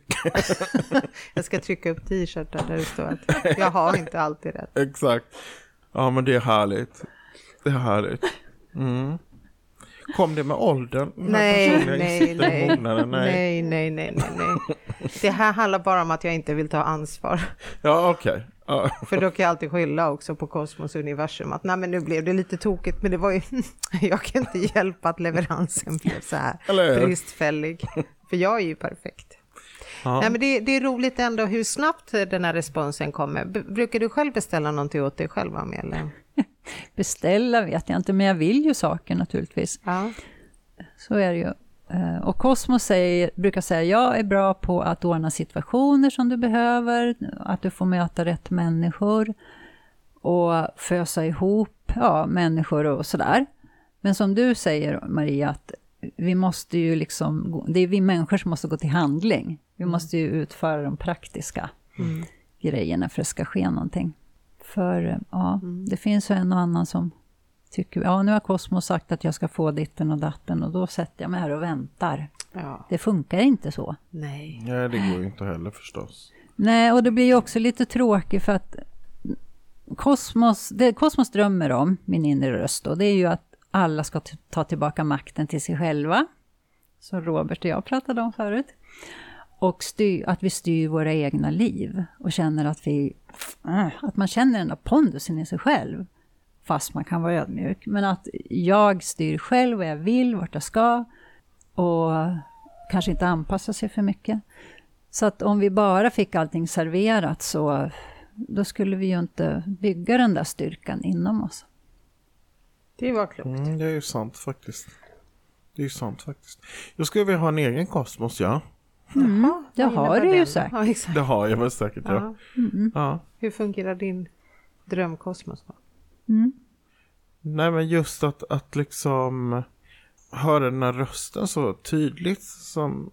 Jag ska trycka upp t-shirtar där det står att jag har inte alltid rätt. Exakt. Ja, men det är härligt. Det är härligt. Mm. Kom det med åldern? Den här Nej, personliga nej, insikten nej. mognaden? Nej. Nej, nej, nej, nej, nej. Det här handlar bara om att jag inte vill ta ansvar. Ja, okej. Ja. För då kan jag alltid skylla också på kosmos och universum. Att nej men nu blev det lite tokigt. Men det var ju, jag kan inte hjälpa att leveransen blev så här bristfällig. För jag är ju perfekt. Ja. Nej men det, det är roligt ändå hur snabbt den här responsen kommer. B- brukar du själv beställa någonting åt dig själv, Amelia? Beställa vet jag inte, men jag vill ju saker naturligtvis. Ja. Så är det ju. Och Cosmos säger, brukar säga, jag är bra på att ordna situationer som du behöver, att du får möta rätt människor och fösa ihop ja, människor och sådär. Men som du säger, Maria, att vi måste ju liksom, det är vi människor som måste gå till handling. Vi mm. måste ju utföra de praktiska mm. grejerna för att det ska ske någonting. För ja, mm. det finns ju en och annan som tycker, ja nu har Cosmos sagt att jag ska få ditten och datten och då sätter jag mig här och väntar. Ja. Det funkar inte så. Nej. Nej, det går ju inte heller förstås. Nej, och det blir ju också lite tråkigt för att Cosmos, det Cosmos drömmer om, min inre röst då, det är ju att alla ska t- ta tillbaka makten till sig själva. Som Robert och jag pratade om förut. Och styr, att vi styr våra egna liv och känner att vi äh, att man känner den där pondusen i sig själv. Fast man kan vara ödmjuk. Men att jag styr själv vad jag vill, vart jag ska. Och kanske inte anpassa sig för mycket. Så att om vi bara fick allting serverat så då skulle vi ju inte bygga den där styrkan inom oss. Det var klokt. Mm, det är ju sant faktiskt. Det är ju sant faktiskt. Jag skulle vilja ha en egen kosmos, ja. Mm, Jaha, det har du ju säkert. Ja, exakt. Det har jag väl säkert, ja. ja. Mm. ja. Hur fungerar din drömkosmos då? Mm. Nej, men just att, att liksom höra den här rösten så tydligt som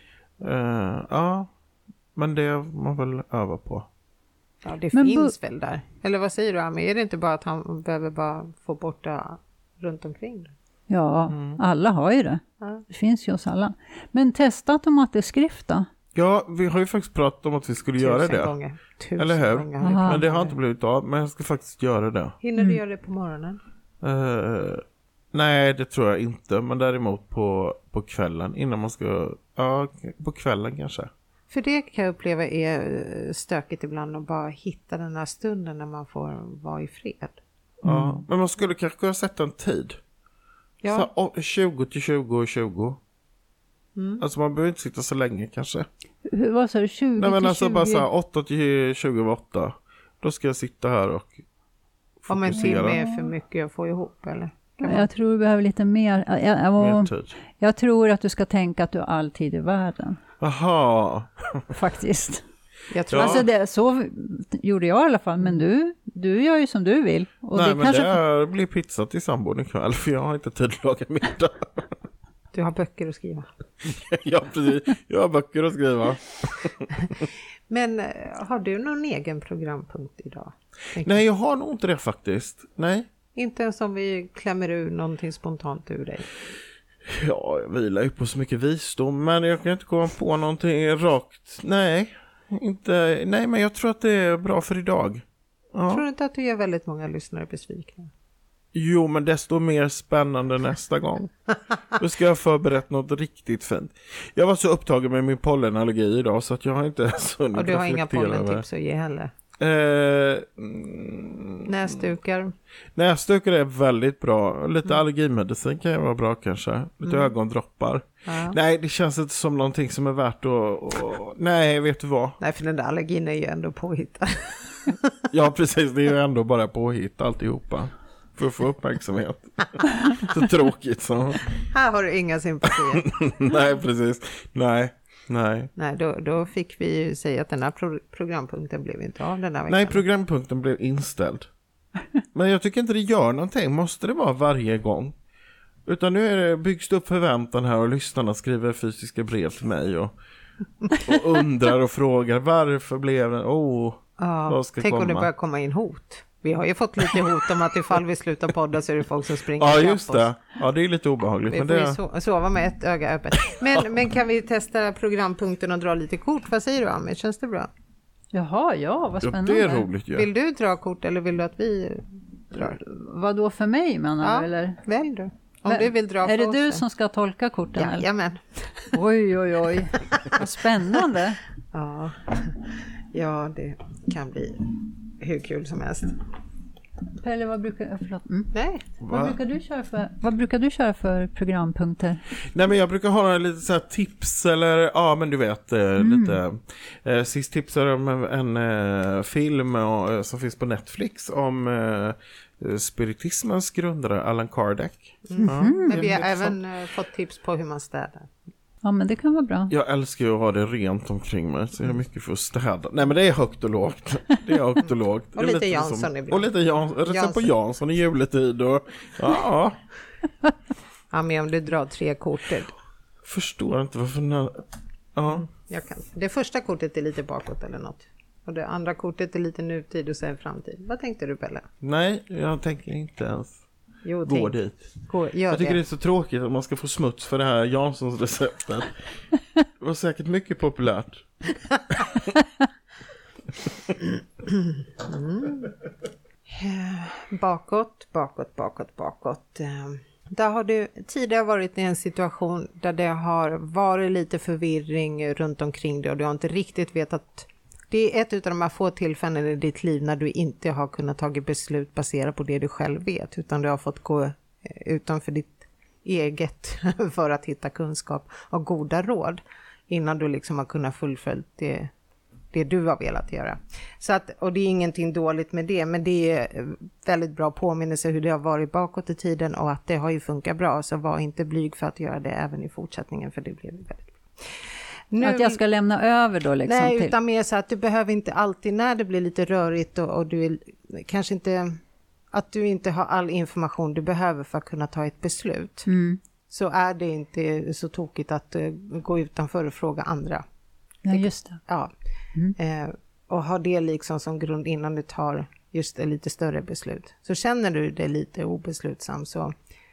uh, ja, men det man väl öva på. Ja, det men finns bu- väl där. Eller vad säger du, Ami? Är det inte bara att han behöver bara få bort det runt omkring? Ja, mm. alla har ju det. Ja. Det finns ju hos alla. Men testa automatisk skrift då? Ja, vi har ju faktiskt pratat om att vi skulle Tusen göra det. Gånger. Tusen Eller hur? gånger. Men det har inte blivit av, men jag ska faktiskt göra det. Hinner Mm. du göra det på morgonen? Uh, nej, det tror jag inte. Men däremot på, på kvällen. Innan man ska... Ja, på kvällen kanske. För det kan jag uppleva är stökigt ibland. Att bara hitta den här stunden när man får vara i fred. Mm. Ja, men man skulle kanske kunna sätta en tid. Ja. Så tjugo till tjugo och tjugo. Mm. Alltså man behöver inte sitta så länge kanske. Hur, vad sa du? tjugo Nej, men till alltså tjugo? bara så här åtta till tjugoåtta. Då ska jag sitta här och om en fokusera. timme är för mycket att få ihop, eller? Jag tror du behöver lite mer. Jag, jag, mer tid. Jag tror att du ska tänka att du har all tid i världen. Aha. Faktiskt. Jag tror ja. Alltså det, så gjorde jag i alla fall. Men du, du gör ju som du vill. Och Nej, det men kanske... det blir pizza till sambon ikväll. För jag har inte tid att laga middag. Du har böcker att skriva. Ja, precis. Jag har böcker att skriva. Men har du någon egen programpunkt idag? Nej, jag har nog inte det faktiskt. Nej. Inte ens om vi klämmer ur någonting spontant ur dig. Ja, jag vilar ju på så mycket visdom. Men jag kan inte komma på någonting rakt. Nej, inte. Nej, men jag tror att det är bra för idag. Ja. Tror du inte att du gör väldigt många lyssnare besvikna? Jo, men desto mer spännande nästa gång. Då ska jag förberett något riktigt fint. Jag var så upptagen med min pollenallergi idag så att jag har inte ens hunnit. Och du har inga reflektera över. pollentips att ge heller? Eh, mm, Näsdukar? Näsdukar är väldigt bra. Lite mm. allergimedicin kan ju vara bra kanske. Lite mm. ögondroppar. Ja. Nej, det känns inte som någonting som är värt att... att... Nej, vet du vad? Nej, för den där allergin är ju ändå påhittad. Ja, precis. Det är ju ändå bara påhitt alltihopa. För att få uppmärksamhet. Så tråkigt så. Här har du inga sympatier. Nej, precis. Nej, nej. Nej, då, då fick vi ju säga att den här pro- programpunkten blev inte av den här veckan. Nej, programpunkten blev inställd. Men jag tycker inte det gör någonting. Måste det vara varje gång? Utan nu är det, byggs det upp förväntan här och lyssnarna skriver fysiska brev till mig och, och undrar och frågar varför blev det... Oh, ja, vad ska tänk komma? om det börjar komma in hot. Vi har ju fått lite hot om att ifall vi slutar podda så är det folk som springer. Ja, just det. Ja, det är lite obehagligt. Vi men får det... ju so- sova med ett öga öppet. Men, men kan vi testa programpunkten och dra lite kort? Vad säger du, Ami? Känns det bra? Jaha, ja, vad spännande. Ja, det är roligt ju. Vill du dra kort eller vill du att vi drar? Vad då för mig, menar Ja, du? Eller? välj du. Om Men, du vill dra är för det oss, du så. som ska tolka korten? eller? Jajamän. Oj, oj, oj. Vad spännande. Ja. Ja, det kan bli hur kul som helst. Pelle, vad brukar, förlåt. Mm. Nej. Vad brukar du köra för, vad brukar du köra för programpunkter? Nej, men jag brukar ha lite så här tips eller ja, men du vet mm. lite eh, sist tipsade om en eh, film och, som finns på Netflix om eh, spiritismens grundare Allan Kardec. Mm. Ja, men vi har även eh, fått tips på hur man städar. Ja, men det kan vara bra. Jag älskar ju att ha det rent omkring mig. Så jag är mycket för att städa. Nej, men det är högt och lågt. Det är högt och lågt. och lite, lite Jansson som, ibland. Och lite Jansson. Jansson. på Jansson i juletid. Och, ja. Ja, men om du drar tre kortet. Förstår inte varför... När, ja. Jag kan. Det första kortet är lite bakåt eller något. Och det andra kortet är lite nutid och sen framtid. Vad tänkte du, Pelle? Nej, jag tänker inte ens. Jo, gå tänk. dit. Gå, jag tycker det. det är så tråkigt att man ska få smuts för det här Janssons receptet. Det var säkert mycket populärt. mm. Bakåt, bakåt, bakåt, bakåt. Där har du tidigare varit i en situation där det har varit lite förvirring runt omkring dig och du har inte riktigt vetat. Det är ett av de här få tillfällen i ditt liv när du inte har kunnat ta beslut baserat på det du själv vet, utan du har fått gå utanför ditt eget för att hitta kunskap och goda råd innan du liksom har kunnat fullfölja det, det du har velat göra. Så att, och det är ingenting dåligt med det, men det är väldigt bra påminnelse hur det har varit bakåt i tiden och att det har ju funkat bra, så var inte blyg för att göra det även i fortsättningen, för det blev väldigt bra. Nu, att jag ska lämna över då liksom? Nej, till... utan mer så att du behöver inte alltid när det blir lite rörigt och, och du är, kanske inte att du inte har all information du behöver för att kunna ta ett beslut. Mm. Så är det inte så tokigt att uh, gå utanför och fråga andra. Ja, just det. Ja. Mm. Eh, och ha det liksom som grund innan du tar just ett lite större beslut. Så känner du dig lite obeslutsam så,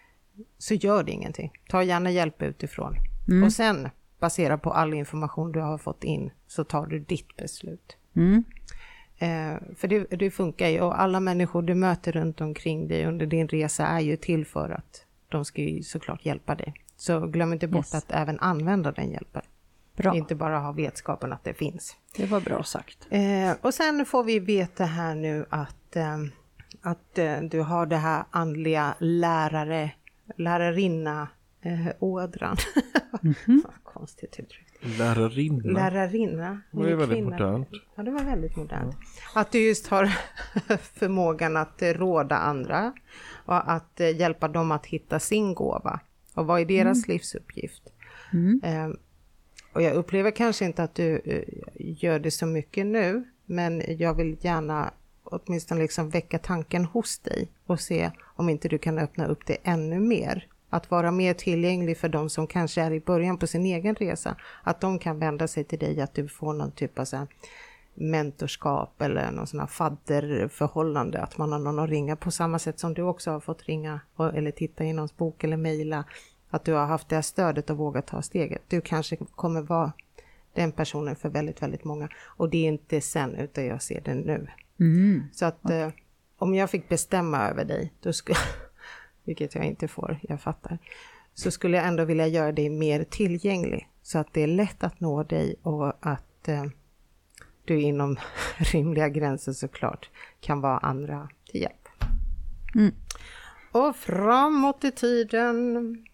så gör det ingenting. Ta gärna hjälp utifrån. Mm. Och sen baserat på all information du har fått in så tar du ditt beslut. Mm. Eh, för det, det funkar ju, och alla människor du möter runt omkring dig under din resa är ju till för att de ska ju såklart hjälpa dig. Så glöm inte bort yes. att även använda den hjälpen. Bra. Inte bara ha vetskapen att det finns. Det var bra sagt. Eh, och sen får vi veta här nu att, eh, att eh, du har det här andliga lärare, lärarinna eh, ådran. Mm-hmm. Konstigt uttryckt. Lärarinna. Lärarinna. Det är väldigt modernt. Ja, det var väldigt modernt. Ja. Att du just har förmågan att råda andra och att eh, hjälpa dem att hitta sin gåva. Och vad är deras mm. livsuppgift? Mm. Eh, och jag upplever kanske inte att du eh, gör det så mycket nu, men jag vill gärna åtminstone liksom väcka tanken hos dig och se om inte du kan öppna upp det ännu mer. Att vara mer tillgänglig för de som kanske är i början på sin egen resa. Att de kan vända sig till dig, att du får någon typ av så här mentorskap eller någon sån här fadderförhållande. Att man har någon att ringa på samma sätt som du också har fått ringa eller titta i någons bok eller mejla. Att du har haft det här stödet och vågat ta steget. Du kanske kommer vara den personen för väldigt, väldigt många. Och det är inte sen, utan jag ser det nu. Mm. Så att eh, om jag fick bestämma över dig, då skulle... vilket jag inte får, jag fattar, så skulle jag ändå vilja göra dig mer tillgänglig så att det är lätt att nå dig och att eh, du inom rimliga gränser såklart kan vara andra till hjälp. Mm. Och framåt i tiden,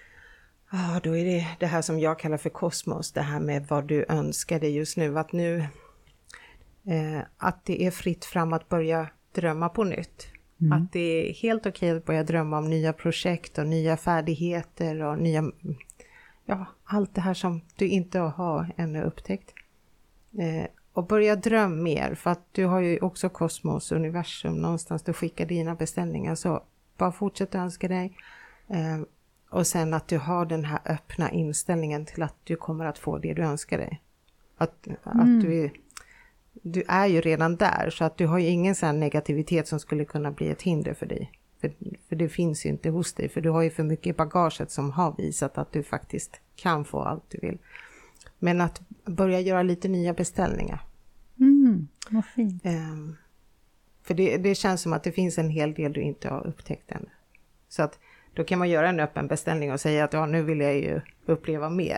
ja, då är det det här som jag kallar för kosmos, det här med vad du önskar dig just nu, att nu eh, att det är fritt fram att börja drömma på nytt. Mm. Att det är helt okej att börja drömma om nya projekt och nya färdigheter och nya, ja, allt det här som du inte har ännu upptäckt. Eh, och börja drömma mer, för att du har ju också kosmos, universum någonstans du skickar dina beställningar. Så bara fortsätt önska dig. Eh, och sen att du har den här öppna inställningen till att du kommer att få det du önskar dig. Att, mm. att du är... Du är ju redan där, så att du har ju ingen sån här negativitet som skulle kunna bli ett hinder för dig. För, för det finns ju inte hos dig, för du har ju för mycket i bagaget som har visat att du faktiskt kan få allt du vill. Men att börja göra lite nya beställningar. Mm, vad fint. Um, för det, det känns som att det finns en hel del du inte har upptäckt än. Så att då kan man göra en öppen beställning och säga att ja, nu vill jag ju uppleva mer.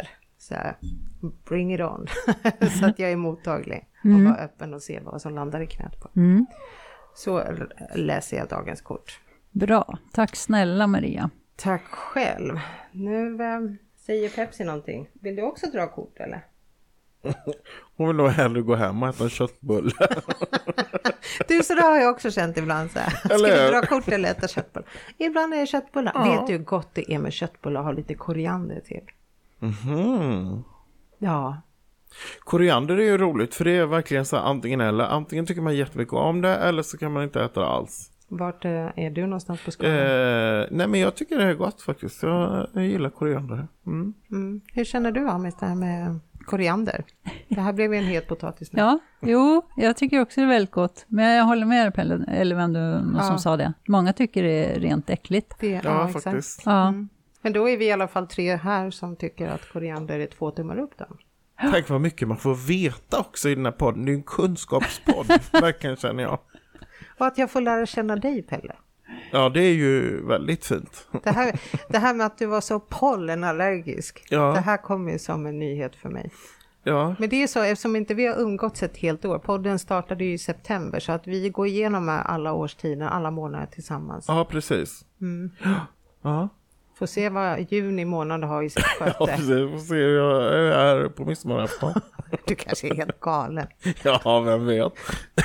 så här, bring it on. Så att jag är mottaglig Mm. och vara öppen och se vad som landar i knät på. Mm. Så läser jag dagens kort. Bra, tack snälla Maria. Tack själv. Nu eh, säger Pepsi någonting. Vill du också dra kort eller? Hon vill nog hellre gå hem och äta en köttbulle. Du, så det har jag också känt ibland så här. Ska Eller? vi dra kort eller äta köttbullar? Ibland är det köttbullar. Ja. Vet du hur gott det är med köttbullar och ha lite koriander till? Mhm. Ja. Koriander är ju roligt för det är verkligen så här antingen eller. Antingen tycker man jättemycket om det eller så kan man inte äta det alls. Vart eh, är du någonstans på skolan? Eh, nej men jag tycker det är gott faktiskt. Jag, jag gillar koriander. Mm. Mm. Hur känner du Amis det här med koriander? Det här blev ju en het potatis nu. Ja, jo, jag tycker också det är väldigt gott. Men jag håller med dig Pelle, eller vem du någon Ja. som sa det. Många tycker det är rent äckligt. Det, ja, Ja, exakt. faktiskt. Ja. Mm. Men då är vi i alla fall tre här som tycker att koriander är två tummar upp då. Tänk vad mycket man får veta också i den här podden. Det är en kunskapspodd, verkligen känner jag. Och att jag får lära känna dig Pelle. Ja, det är ju väldigt fint. Det här, det här med att du var så pollenallergisk. Ja. Det här kommer ju som en nyhet för mig. Ja, Men det är så, eftersom inte vi har umgåtts ett helt år. Podden startade ju i september så att vi går igenom alla årstider, alla månader tillsammans. ja precis. Mm. Ja, Får se vad juni månad har i sitt ja sköte. precis. Får se hur jag är på midsommarafton. Du kanske är helt galen. Ja, vem vet.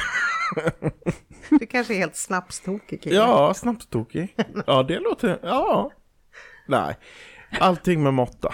Du kanske är helt snabbstokig. Kille. Ja, snabbstokig. Ja, det låter... Ja. Nej, allting med måtta.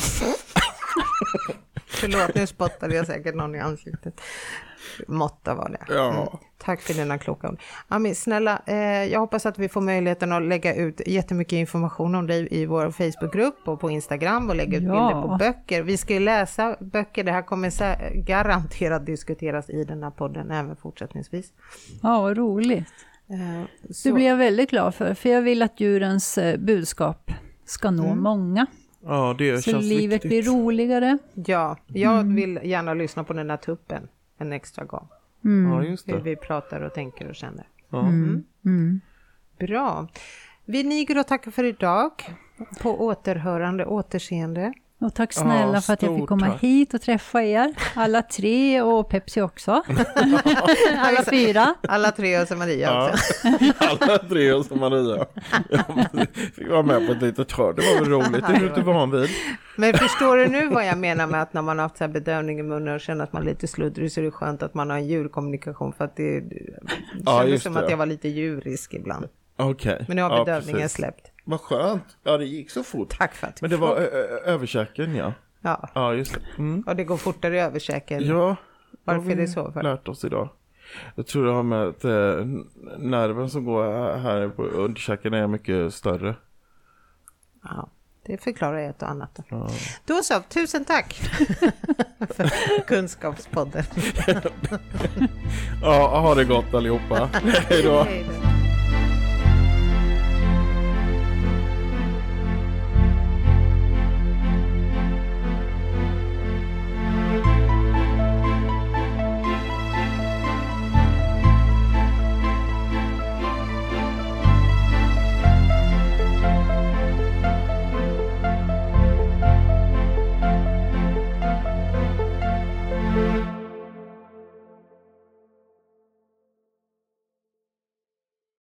Förlåt, nu spottade jag säkert någon i ansiktet. Måtta var det. Ja. Mm. Tack för dina kloka ord. Ami, snälla, eh, jag hoppas att vi får möjligheten att lägga ut jättemycket information om dig i vår Facebookgrupp och på Instagram och lägga ut Ja. bilder på böcker. Vi ska ju läsa böcker, det här kommer sä- garanterat diskuteras i den här podden även fortsättningsvis. Ja, vad roligt. Eh, så, Det blir jag väldigt glad för, för jag vill att djurens eh, budskap ska nå Mm. många. Ja, det Så känns livet viktigt. blir roligare. Ja, jag vill gärna lyssna på den här tuppen en extra gång. Mm. Ja, just Hur det. vi pratar och tänker och känner. Ja. Mm. Mm. Bra. Vi niger och tackar för idag. På återhörande, återseende. Och tack snälla Ja, för att jag fick stort komma tack. hit och träffa er. Alla tre och Pepsi också. Alla fyra. Alla tre och så Maria Ja. också. Alla tre och så Maria. Jag fick vara med på ett litet hörn. Det var väl roligt. Det är du inte van vid. Men förstår du nu vad jag menar med att när man har haft så här bedövning i munnen och känner att man är lite sluddrig så är det skönt att man har en djurkommunikation för att det, det Ja, kändes just som det. att jag var lite djurisk ibland. Okej. Men nu har Ja, bedövningen precis. släppt. Vad skönt. Ja, det gick så fort. Tack för att Men det var ö- ö- överkäken, ja. Ja, Ja, just det. Mm. och det går fortare i överkäken. Ja. Varför har är det vi så för? lärt oss idag. Jag tror det har med att eh, nerven som går här på underkäken är mycket större. Ja, det förklarar ett och annat. Då, Ja. då så, tusen tack för kunskapspodden. Ja, ha det gott allihopa. Hej då. Hej då.